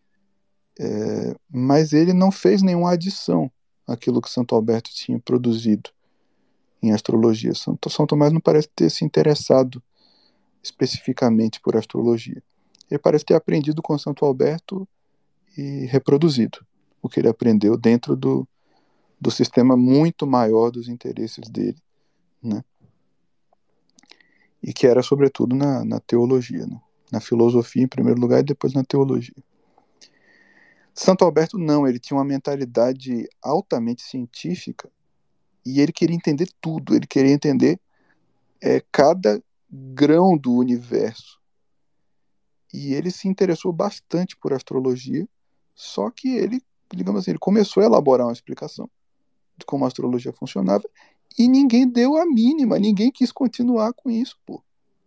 mas ele não fez nenhuma adição àquilo que Santo Alberto tinha produzido em astrologia. São Tomás não parece ter se interessado especificamente por astrologia. Ele parece ter aprendido com Santo Alberto e reproduzido o que ele aprendeu dentro do sistema muito maior dos interesses dele, né? E que era sobretudo na teologia, né? Na filosofia em primeiro lugar e depois na teologia. Santo Alberto não, ele tinha uma mentalidade altamente científica e ele queria entender tudo, ele queria entender cada grão do universo. E ele se interessou bastante por astrologia, só que ele, digamos assim, ele começou a elaborar uma explicação de como a astrologia funcionava e ninguém deu a mínima, ninguém quis continuar com isso, pô.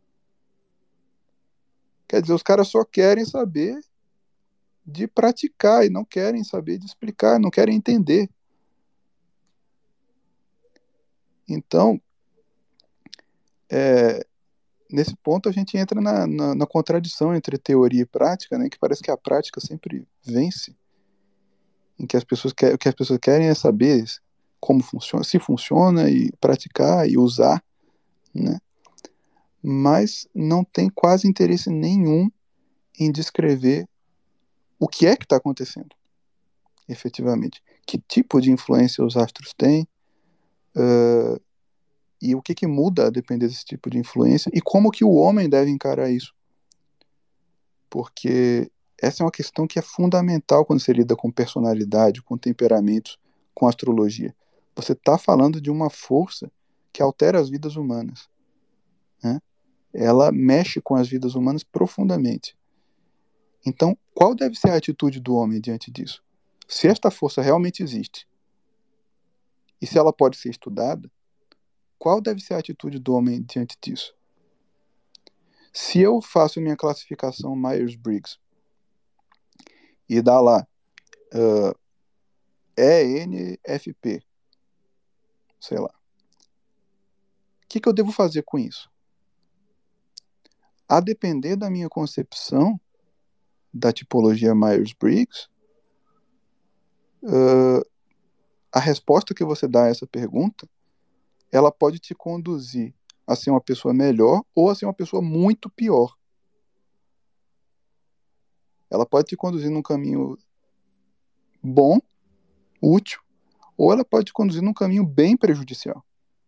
Quer dizer, os caras só querem saber de praticar e não querem saber de explicar, não querem entender. Então, nesse ponto a gente entra na contradição entre teoria e prática, né? Que parece que a prática sempre vence, em que o que as pessoas querem é saber como funciona, se funciona, e praticar e usar, né? mas não tem quase interesse nenhum em descrever o que é que está acontecendo, efetivamente. Que tipo de influência os astros têm, e o que muda a depender desse tipo de influência, e como que o homem deve encarar isso. Porque essa é uma questão que é fundamental quando você lida com personalidade, com temperamentos, com astrologia. Você está falando de uma força que altera as vidas humanas, né? Ela mexe com as vidas humanas profundamente. Então, qual deve ser a atitude do homem diante disso? Se esta força realmente existe, e se ela pode ser estudada, qual deve ser a atitude do homem diante disso? Se eu faço minha classificação Myers-Briggs e dá lá ENFP, sei lá, o que eu devo fazer com isso? A depender da minha concepção da tipologia Myers-Briggs, a resposta que você dá a essa pergunta, ela pode te conduzir a ser uma pessoa melhor ou a ser uma pessoa muito pior. Ela pode te conduzir num caminho bom, útil, ou ela pode te conduzir num caminho bem prejudicial.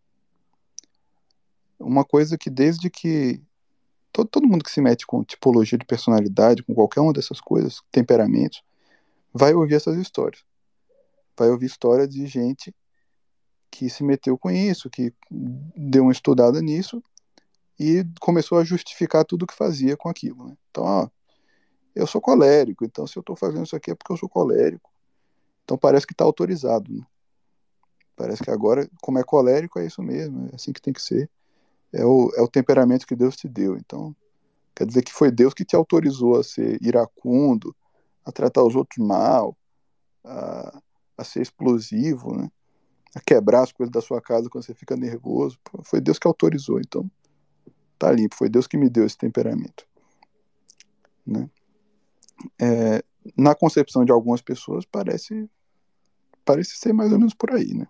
Uma coisa que desde que todo mundo que se mete com tipologia de personalidade, com qualquer uma dessas coisas, temperamentos, vai ouvir essas histórias. Vai ouvir história de gente que se meteu com isso, que deu uma estudada nisso e começou a justificar tudo que fazia com aquilo, né? Então, ó, eu sou colérico, então se eu estou fazendo isso aqui é porque eu sou colérico. Então parece que está autorizado, né? Parece que agora, como é colérico, é isso mesmo, é assim que tem que ser. É o temperamento que Deus te deu. Então, quer dizer que foi Deus que te autorizou a ser iracundo, a tratar os outros mal, a ser explosivo, né? A quebrar as coisas da sua casa quando você fica nervoso. Pô, foi Deus que autorizou, então tá limpo. Foi Deus que me deu esse temperamento, né? Na concepção de algumas pessoas, parece ser mais ou menos por aí, né?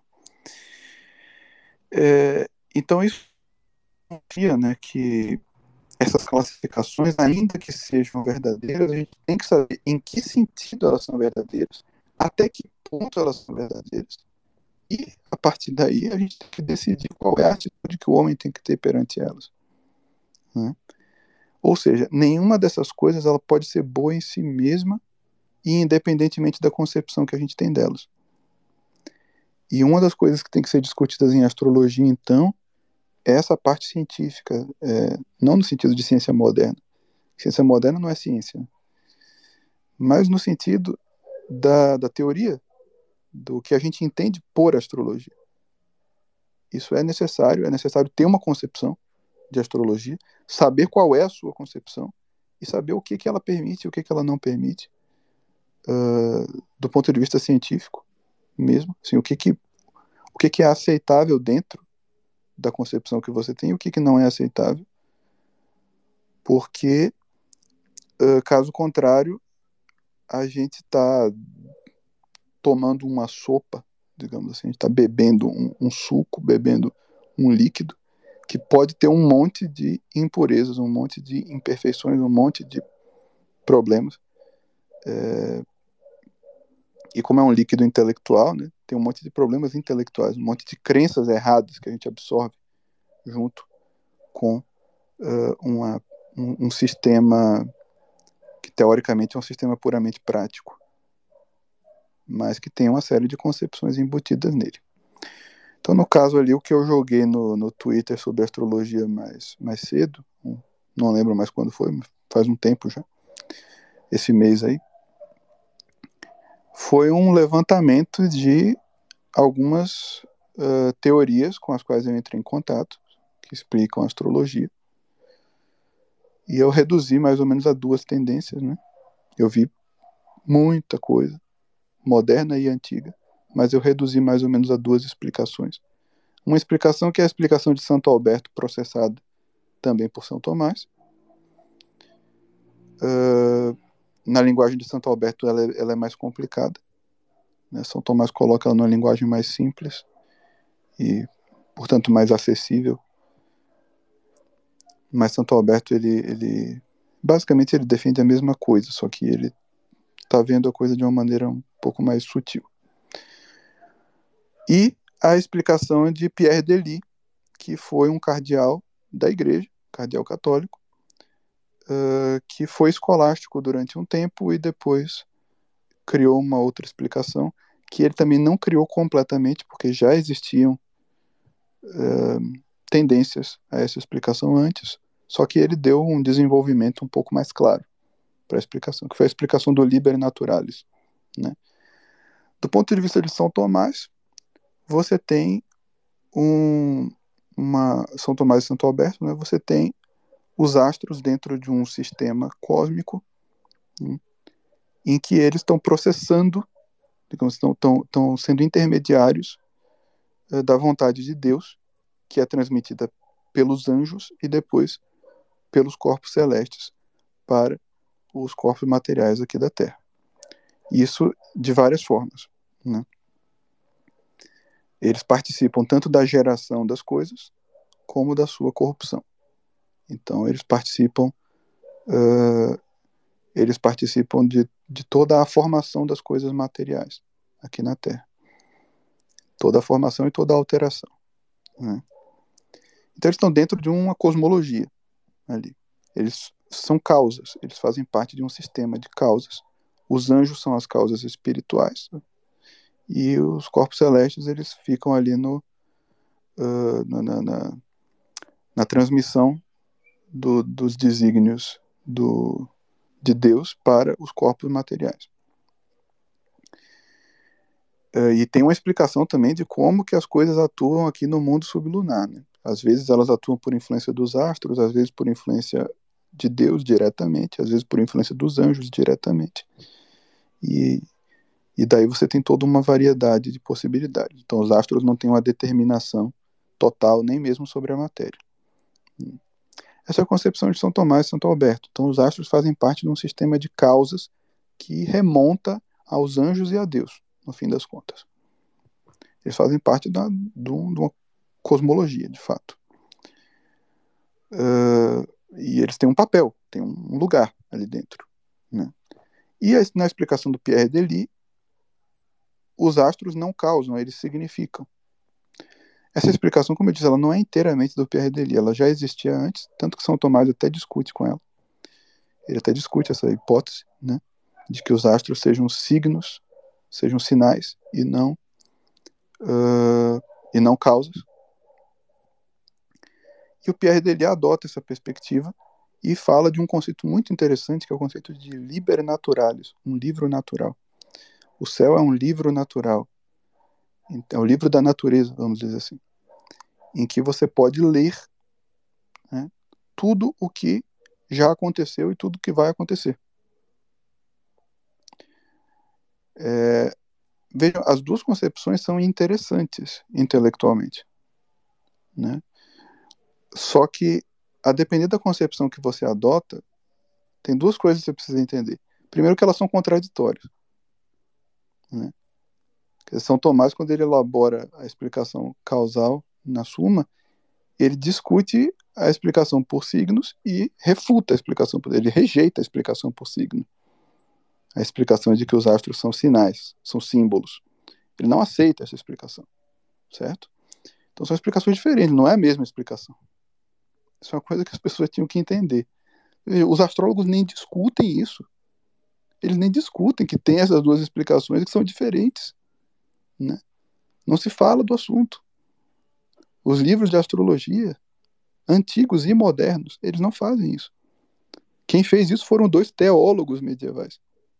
Então isso confia, né, que essas classificações, ainda que sejam verdadeiras, a gente tem que saber em que sentido elas são verdadeiras, até que ponto elas são verdadeiras, e a partir daí a gente tem que decidir qual é a atitude que o homem tem que ter perante elas, né? Ou seja, nenhuma dessas coisas ela pode ser boa em si mesma e independentemente da concepção que a gente tem delas. E uma das coisas que tem que ser discutidas em astrologia, então, é essa parte científica, não no sentido de ciência moderna. Ciência moderna não é ciência, mas no sentido da teoria, do que a gente entende por astrologia. Isso é necessário ter uma concepção de astrologia, saber qual é a sua concepção e saber o que ela permite e o que ela não permite, do ponto de vista científico mesmo, assim, o que é aceitável dentro da concepção que você tem e o que não é aceitável, porque caso contrário a gente está tomando uma sopa, digamos assim, a gente está bebendo um suco, bebendo um líquido que pode ter um monte de impurezas, um monte de imperfeições, um monte de problemas. E como é um líquido intelectual, né, tem um monte de problemas intelectuais, um monte de crenças erradas que a gente absorve junto com um sistema que teoricamente é um sistema puramente prático, mas que tem uma série de concepções embutidas nele. Então, no caso ali, o que eu joguei no Twitter sobre astrologia mais cedo, não lembro mais quando foi, mas faz um tempo já, esse mês aí, foi um levantamento de algumas teorias com as quais eu entrei em contato, que explicam a astrologia, e eu reduzi mais ou menos a duas tendências, né? Eu vi muita coisa, moderna e antiga, mas eu reduzi mais ou menos a duas explicações. Uma explicação que é a explicação de Santo Alberto, processada também por São Tomás. Na linguagem de Santo Alberto ela é mais complicada, né? São Tomás coloca ela numa linguagem mais simples e, portanto, mais acessível, Mas Santo Alberto, ele basicamente ele defende a mesma coisa, só que ele está vendo a coisa de uma maneira um pouco mais sutil. E a explicação é de Pierre Delis, que foi um cardeal da igreja, cardeal católico, que foi escolástico durante um tempo e depois criou uma outra explicação, que ele também não criou completamente, porque já existiam tendências a essa explicação antes, só que ele deu um desenvolvimento um pouco mais claro para a explicação, que foi a explicação do Liber Naturalis, né? Do ponto de vista de São Tomás, você tem São Tomás e Santo Alberto, né? Você tem os astros dentro de um sistema cósmico, né, em que eles estão processando, digamos, estão sendo intermediários da vontade de Deus, que é transmitida pelos anjos e depois pelos corpos celestes para os corpos materiais aqui da Terra. Isso de várias formas, né? Eles participam tanto da geração das coisas como da sua corrupção. Então eles participam de toda a formação das coisas materiais aqui na Terra. Toda a formação e toda a alteração, né? Então eles estão dentro de uma cosmologia ali. Eles são causas, eles fazem parte de um sistema de causas. Os anjos são as causas espirituais, né? E os corpos celestes, eles ficam ali na transmissão dos desígnios de Deus para os corpos materiais. E tem uma explicação também de como que as coisas atuam aqui no mundo sublunar, né? Às vezes elas atuam por influência dos astros, às vezes por influência de Deus diretamente, às vezes por influência dos anjos diretamente. E daí você tem toda uma variedade de possibilidades. Então os astros não têm uma determinação total, nem mesmo sobre a matéria. Essa é a concepção de São Tomás e Santo Alberto. Então os astros fazem parte de um sistema de causas que remonta aos anjos e a Deus, no fim das contas. Eles fazem parte de uma cosmologia, de fato. E eles têm um papel, têm um lugar ali dentro, né? E na explicação do Pierre Delis, os astros não causam, eles significam. Essa explicação, como eu disse, ela não é inteiramente do Pierre Delis, ela já existia antes, tanto que São Tomás até discute com ela. Ele até discute essa hipótese, né, de que os astros sejam signos, sejam sinais e não causas. E o Pierre Delis adota essa perspectiva e fala de um conceito muito interessante, que é o conceito de liber naturalis, um livro natural. O céu é um livro natural, é o livro da natureza, vamos dizer assim, em que você pode ler, né, tudo o que já aconteceu e tudo o que vai acontecer. Vejam, as duas concepções são interessantes intelectualmente, né? Só que, a depender da concepção que você adota, tem duas coisas que você precisa entender. Primeiro, que elas são contraditórias, né? São Tomás, quando ele elabora a explicação causal na Suma, ele discute a explicação por signos e refuta a explicação por... Ele rejeita a explicação por signo. A explicação de que os astros são sinais, são símbolos. Ele não aceita essa explicação, certo? Então são explicações diferentes, não é a mesma explicação. Isso é uma coisa que as pessoas tinham que entender. Os astrólogos nem discutem isso. Eles nem discutem que tem essas duas explicações que são diferentes, né? Não se fala do assunto. Os livros de astrologia, antigos e modernos, eles não fazem isso. Quem fez isso foram dois teólogos medievais.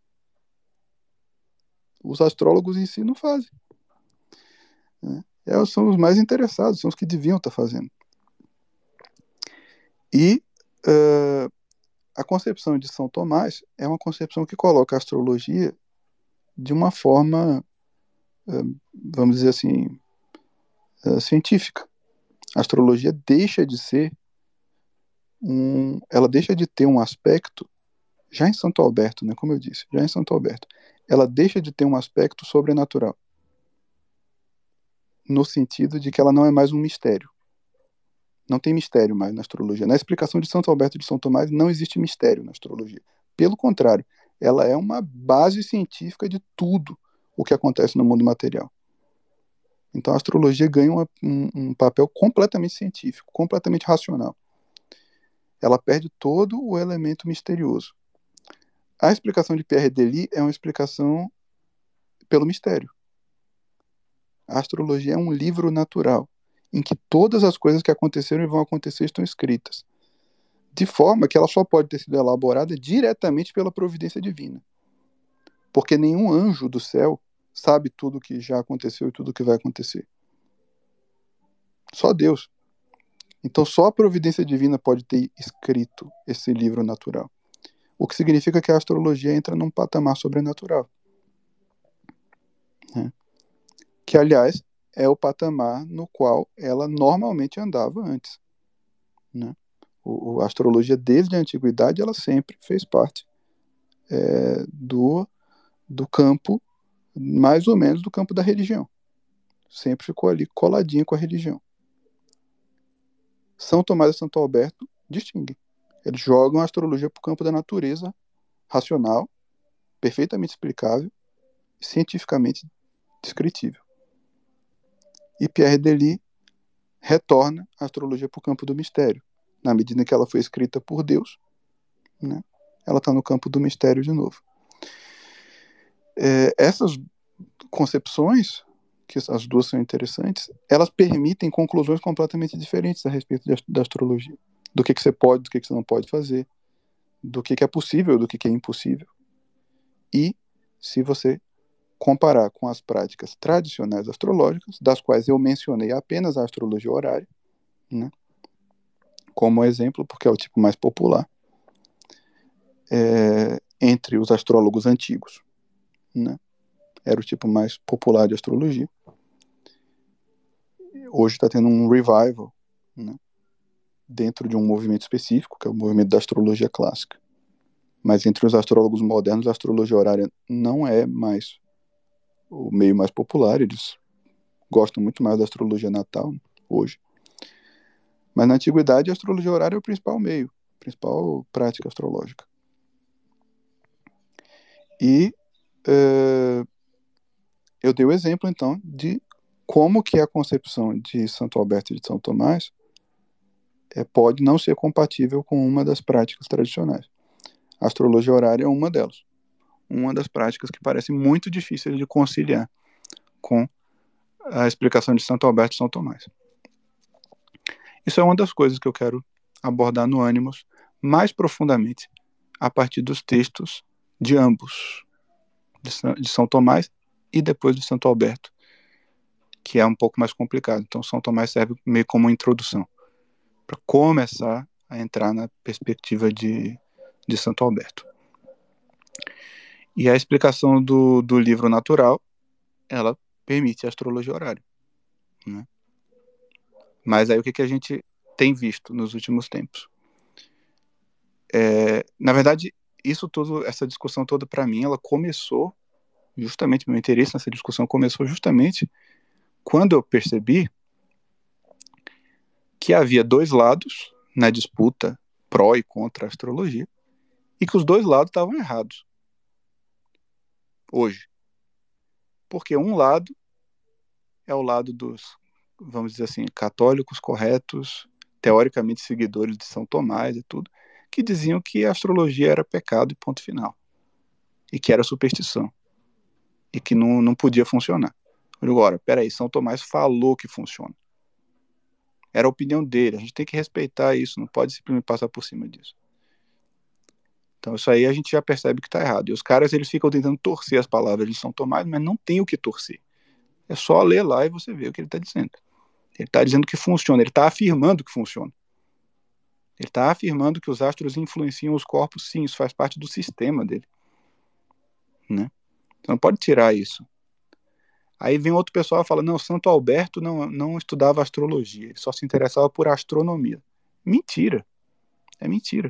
Os astrólogos em si não fazem, né? São os mais interessados, são os que deviam estar fazendo. E a concepção de São Tomás é uma concepção que coloca a astrologia de uma forma, vamos dizer assim, científica. A astrologia deixa de ser ela deixa de ter um aspecto, já em Santo Alberto, né, como eu disse, já em Santo Alberto, ela deixa de ter um aspecto sobrenatural, no sentido de que ela não é mais um mistério, Não tem mistério mais na astrologia. Na explicação de Santo Alberto de São Tomás não existe mistério na astrologia. Pelo contrário, ela é uma base científica de tudo o que acontece no mundo material. Então a astrologia ganha um papel completamente científico, completamente racional. Ela perde todo o elemento misterioso. A explicação de Pierre Delis é uma explicação pelo mistério. A astrologia é um livro natural, em que todas as coisas que aconteceram e vão acontecer estão escritas, de forma que ela só pode ter sido elaborada diretamente pela providência divina. Porque nenhum anjo do céu sabe tudo o que já aconteceu e tudo o que vai acontecer. Só Deus. Então só a providência divina pode ter escrito esse livro natural. O que significa que a astrologia entra num patamar sobrenatural. Né? Que, aliás, é o patamar no qual ela normalmente andava antes. Né? A astrologia, desde a antiguidade, ela sempre fez parte do campo, mais ou menos do campo da religião. Sempre ficou ali coladinha com a religião. São Tomás e Santo Alberto distinguem. Eles jogam a astrologia para o campo da natureza racional, perfeitamente explicável, cientificamente descritível. E Pierre Delis retorna a astrologia para o campo do mistério. Na medida que ela foi escrita por Deus, né, ela está no campo do mistério de novo. Essas concepções, que as duas são interessantes, elas permitem conclusões completamente diferentes a respeito da astrologia. Do que você pode, do que você não pode fazer, do que é possível, do que é impossível. E, se você comparar com as práticas tradicionais astrológicas, das quais eu mencionei apenas a astrologia horária, né, como exemplo, porque é o tipo mais popular, entre os astrólogos antigos, né, era o tipo mais popular de astrologia. Hoje está tendo um revival, né, dentro de um movimento específico, que é o movimento da astrologia clássica. Mas entre os astrólogos modernos, a astrologia horária não é mais o meio mais popular, eles gostam muito mais da astrologia natal hoje. Mas na antiguidade, a astrologia horária é o principal meio, a principal prática astrológica. E eu dei o exemplo, então, de como que a concepção de Santo Alberto e de São Tomás pode não ser compatível com uma das práticas tradicionais. A astrologia horária é uma delas. Uma das práticas que parece muito difíceis de conciliar com a explicação de Santo Alberto e São Tomás. Isso é uma das coisas que eu quero abordar no Ânimos mais profundamente a partir dos textos de ambos, de São Tomás e depois de Santo Alberto, que é um pouco mais complicado. Então São Tomás serve meio como introdução, para começar a entrar na perspectiva de Santo Alberto. E a explicação do livro natural, ela permite a astrologia horária. Né? Mas aí o que a gente tem visto nos últimos tempos? Na verdade, isso tudo, essa discussão toda, para mim, ela começou justamente, meu interesse nessa discussão começou justamente quando eu percebi que havia dois lados na disputa pró e contra a astrologia e que os dois lados estavam errados hoje. Porque um lado é o lado dos, vamos dizer assim, católicos corretos, teoricamente seguidores de São Tomás e tudo, que diziam que a astrologia era pecado e ponto final. E que era superstição. E que não podia funcionar. Agora, peraí, São Tomás falou que funciona. Era a opinião dele, a gente tem que respeitar isso, não pode simplesmente passar por cima disso. Então isso aí a gente já percebe que está errado. E os caras, eles ficam tentando torcer as palavras de São Tomás, mas não tem o que torcer. É só ler lá e você vê o que ele está dizendo. Ele está dizendo que funciona, ele está afirmando que funciona. Ele está afirmando que os astros influenciam os corpos, sim, isso faz parte do sistema dele. Né? Então não pode tirar isso. Aí vem outro pessoal e fala, não, Santo Alberto não estudava astrologia, ele só se interessava por astronomia. Mentira. É mentira.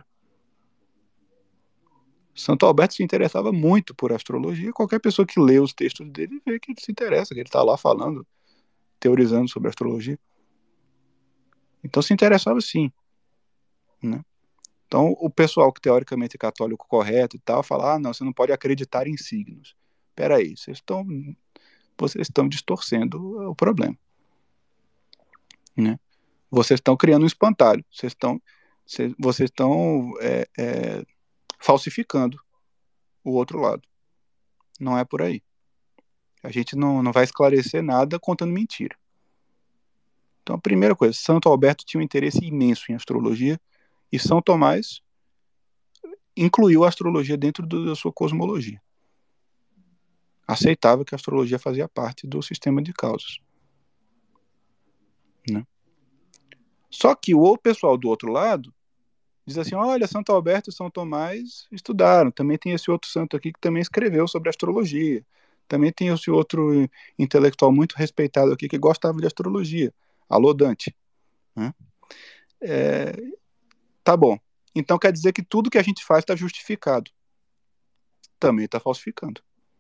Santo Alberto se interessava muito por astrologia. Qualquer pessoa que lê os textos dele vê que ele se interessa, que ele está lá falando, teorizando sobre astrologia. Então se interessava sim, né? Então o pessoal que teoricamente é católico correto e tal, fala, não, você não pode acreditar em signos. Peraí, vocês estão distorcendo o problema, né? Vocês estão criando um espantalho, vocês estão falsificando o outro lado. Não é por aí. A gente não vai esclarecer nada contando mentira. Então, a primeira coisa, Santo Alberto tinha um interesse imenso em astrologia e São Tomás incluiu a astrologia dentro da sua cosmologia. Aceitava que a astrologia fazia parte do sistema de causas, né? Só que o pessoal do outro lado diz assim, olha, Santo Alberto e São Tomás estudaram, também tem esse outro santo aqui que também escreveu sobre astrologia, também tem esse outro intelectual muito respeitado aqui que gostava de astrologia, alô Dante, né? Tá bom, então quer dizer que tudo que a gente faz está justificado. Também está falsificando.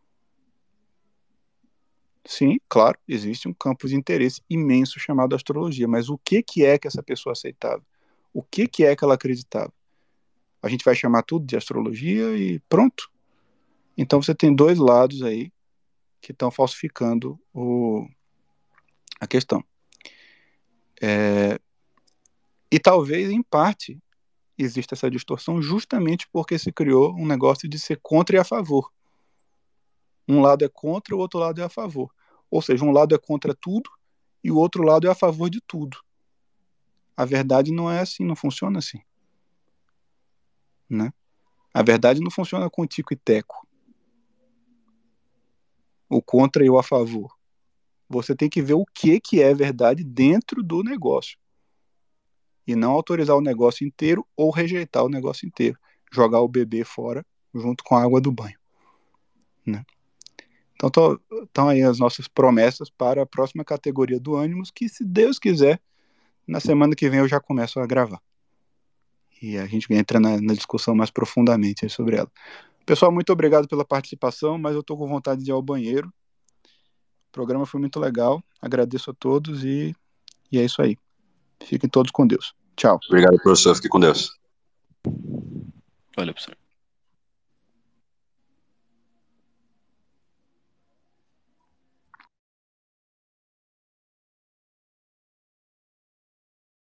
Sim, claro, existe um campo de interesse imenso chamado astrologia, mas o que é que essa pessoa aceitava? O que é que ela acreditava? A gente vai chamar tudo de astrologia e pronto. Então você tem dois lados aí que estão falsificando a questão. E talvez, em parte, exista essa distorção justamente porque se criou um negócio de ser contra e a favor. Um lado é contra, o outro lado é a favor. Ou seja, um lado é contra tudo e o outro lado é a favor de tudo. A verdade não é assim, não funciona assim, né? A verdade não funciona com tico e teco. O contra e o a favor. Você tem que ver o que é verdade dentro do negócio. E não autorizar o negócio inteiro ou rejeitar o negócio inteiro. Jogar o bebê fora junto com a água do banho, né? Então estão aí as nossas promessas para a próxima categoria do Ânimos, que se Deus quiser, na semana que vem eu já começo a gravar. E a gente entra na discussão mais profundamente sobre ela. Pessoal, muito obrigado pela participação, mas eu estou com vontade de ir ao banheiro. O programa foi muito legal, agradeço a todos e é isso aí. Fiquem todos com Deus. Tchau. Obrigado, professor. Fique com Deus. Olha, professor.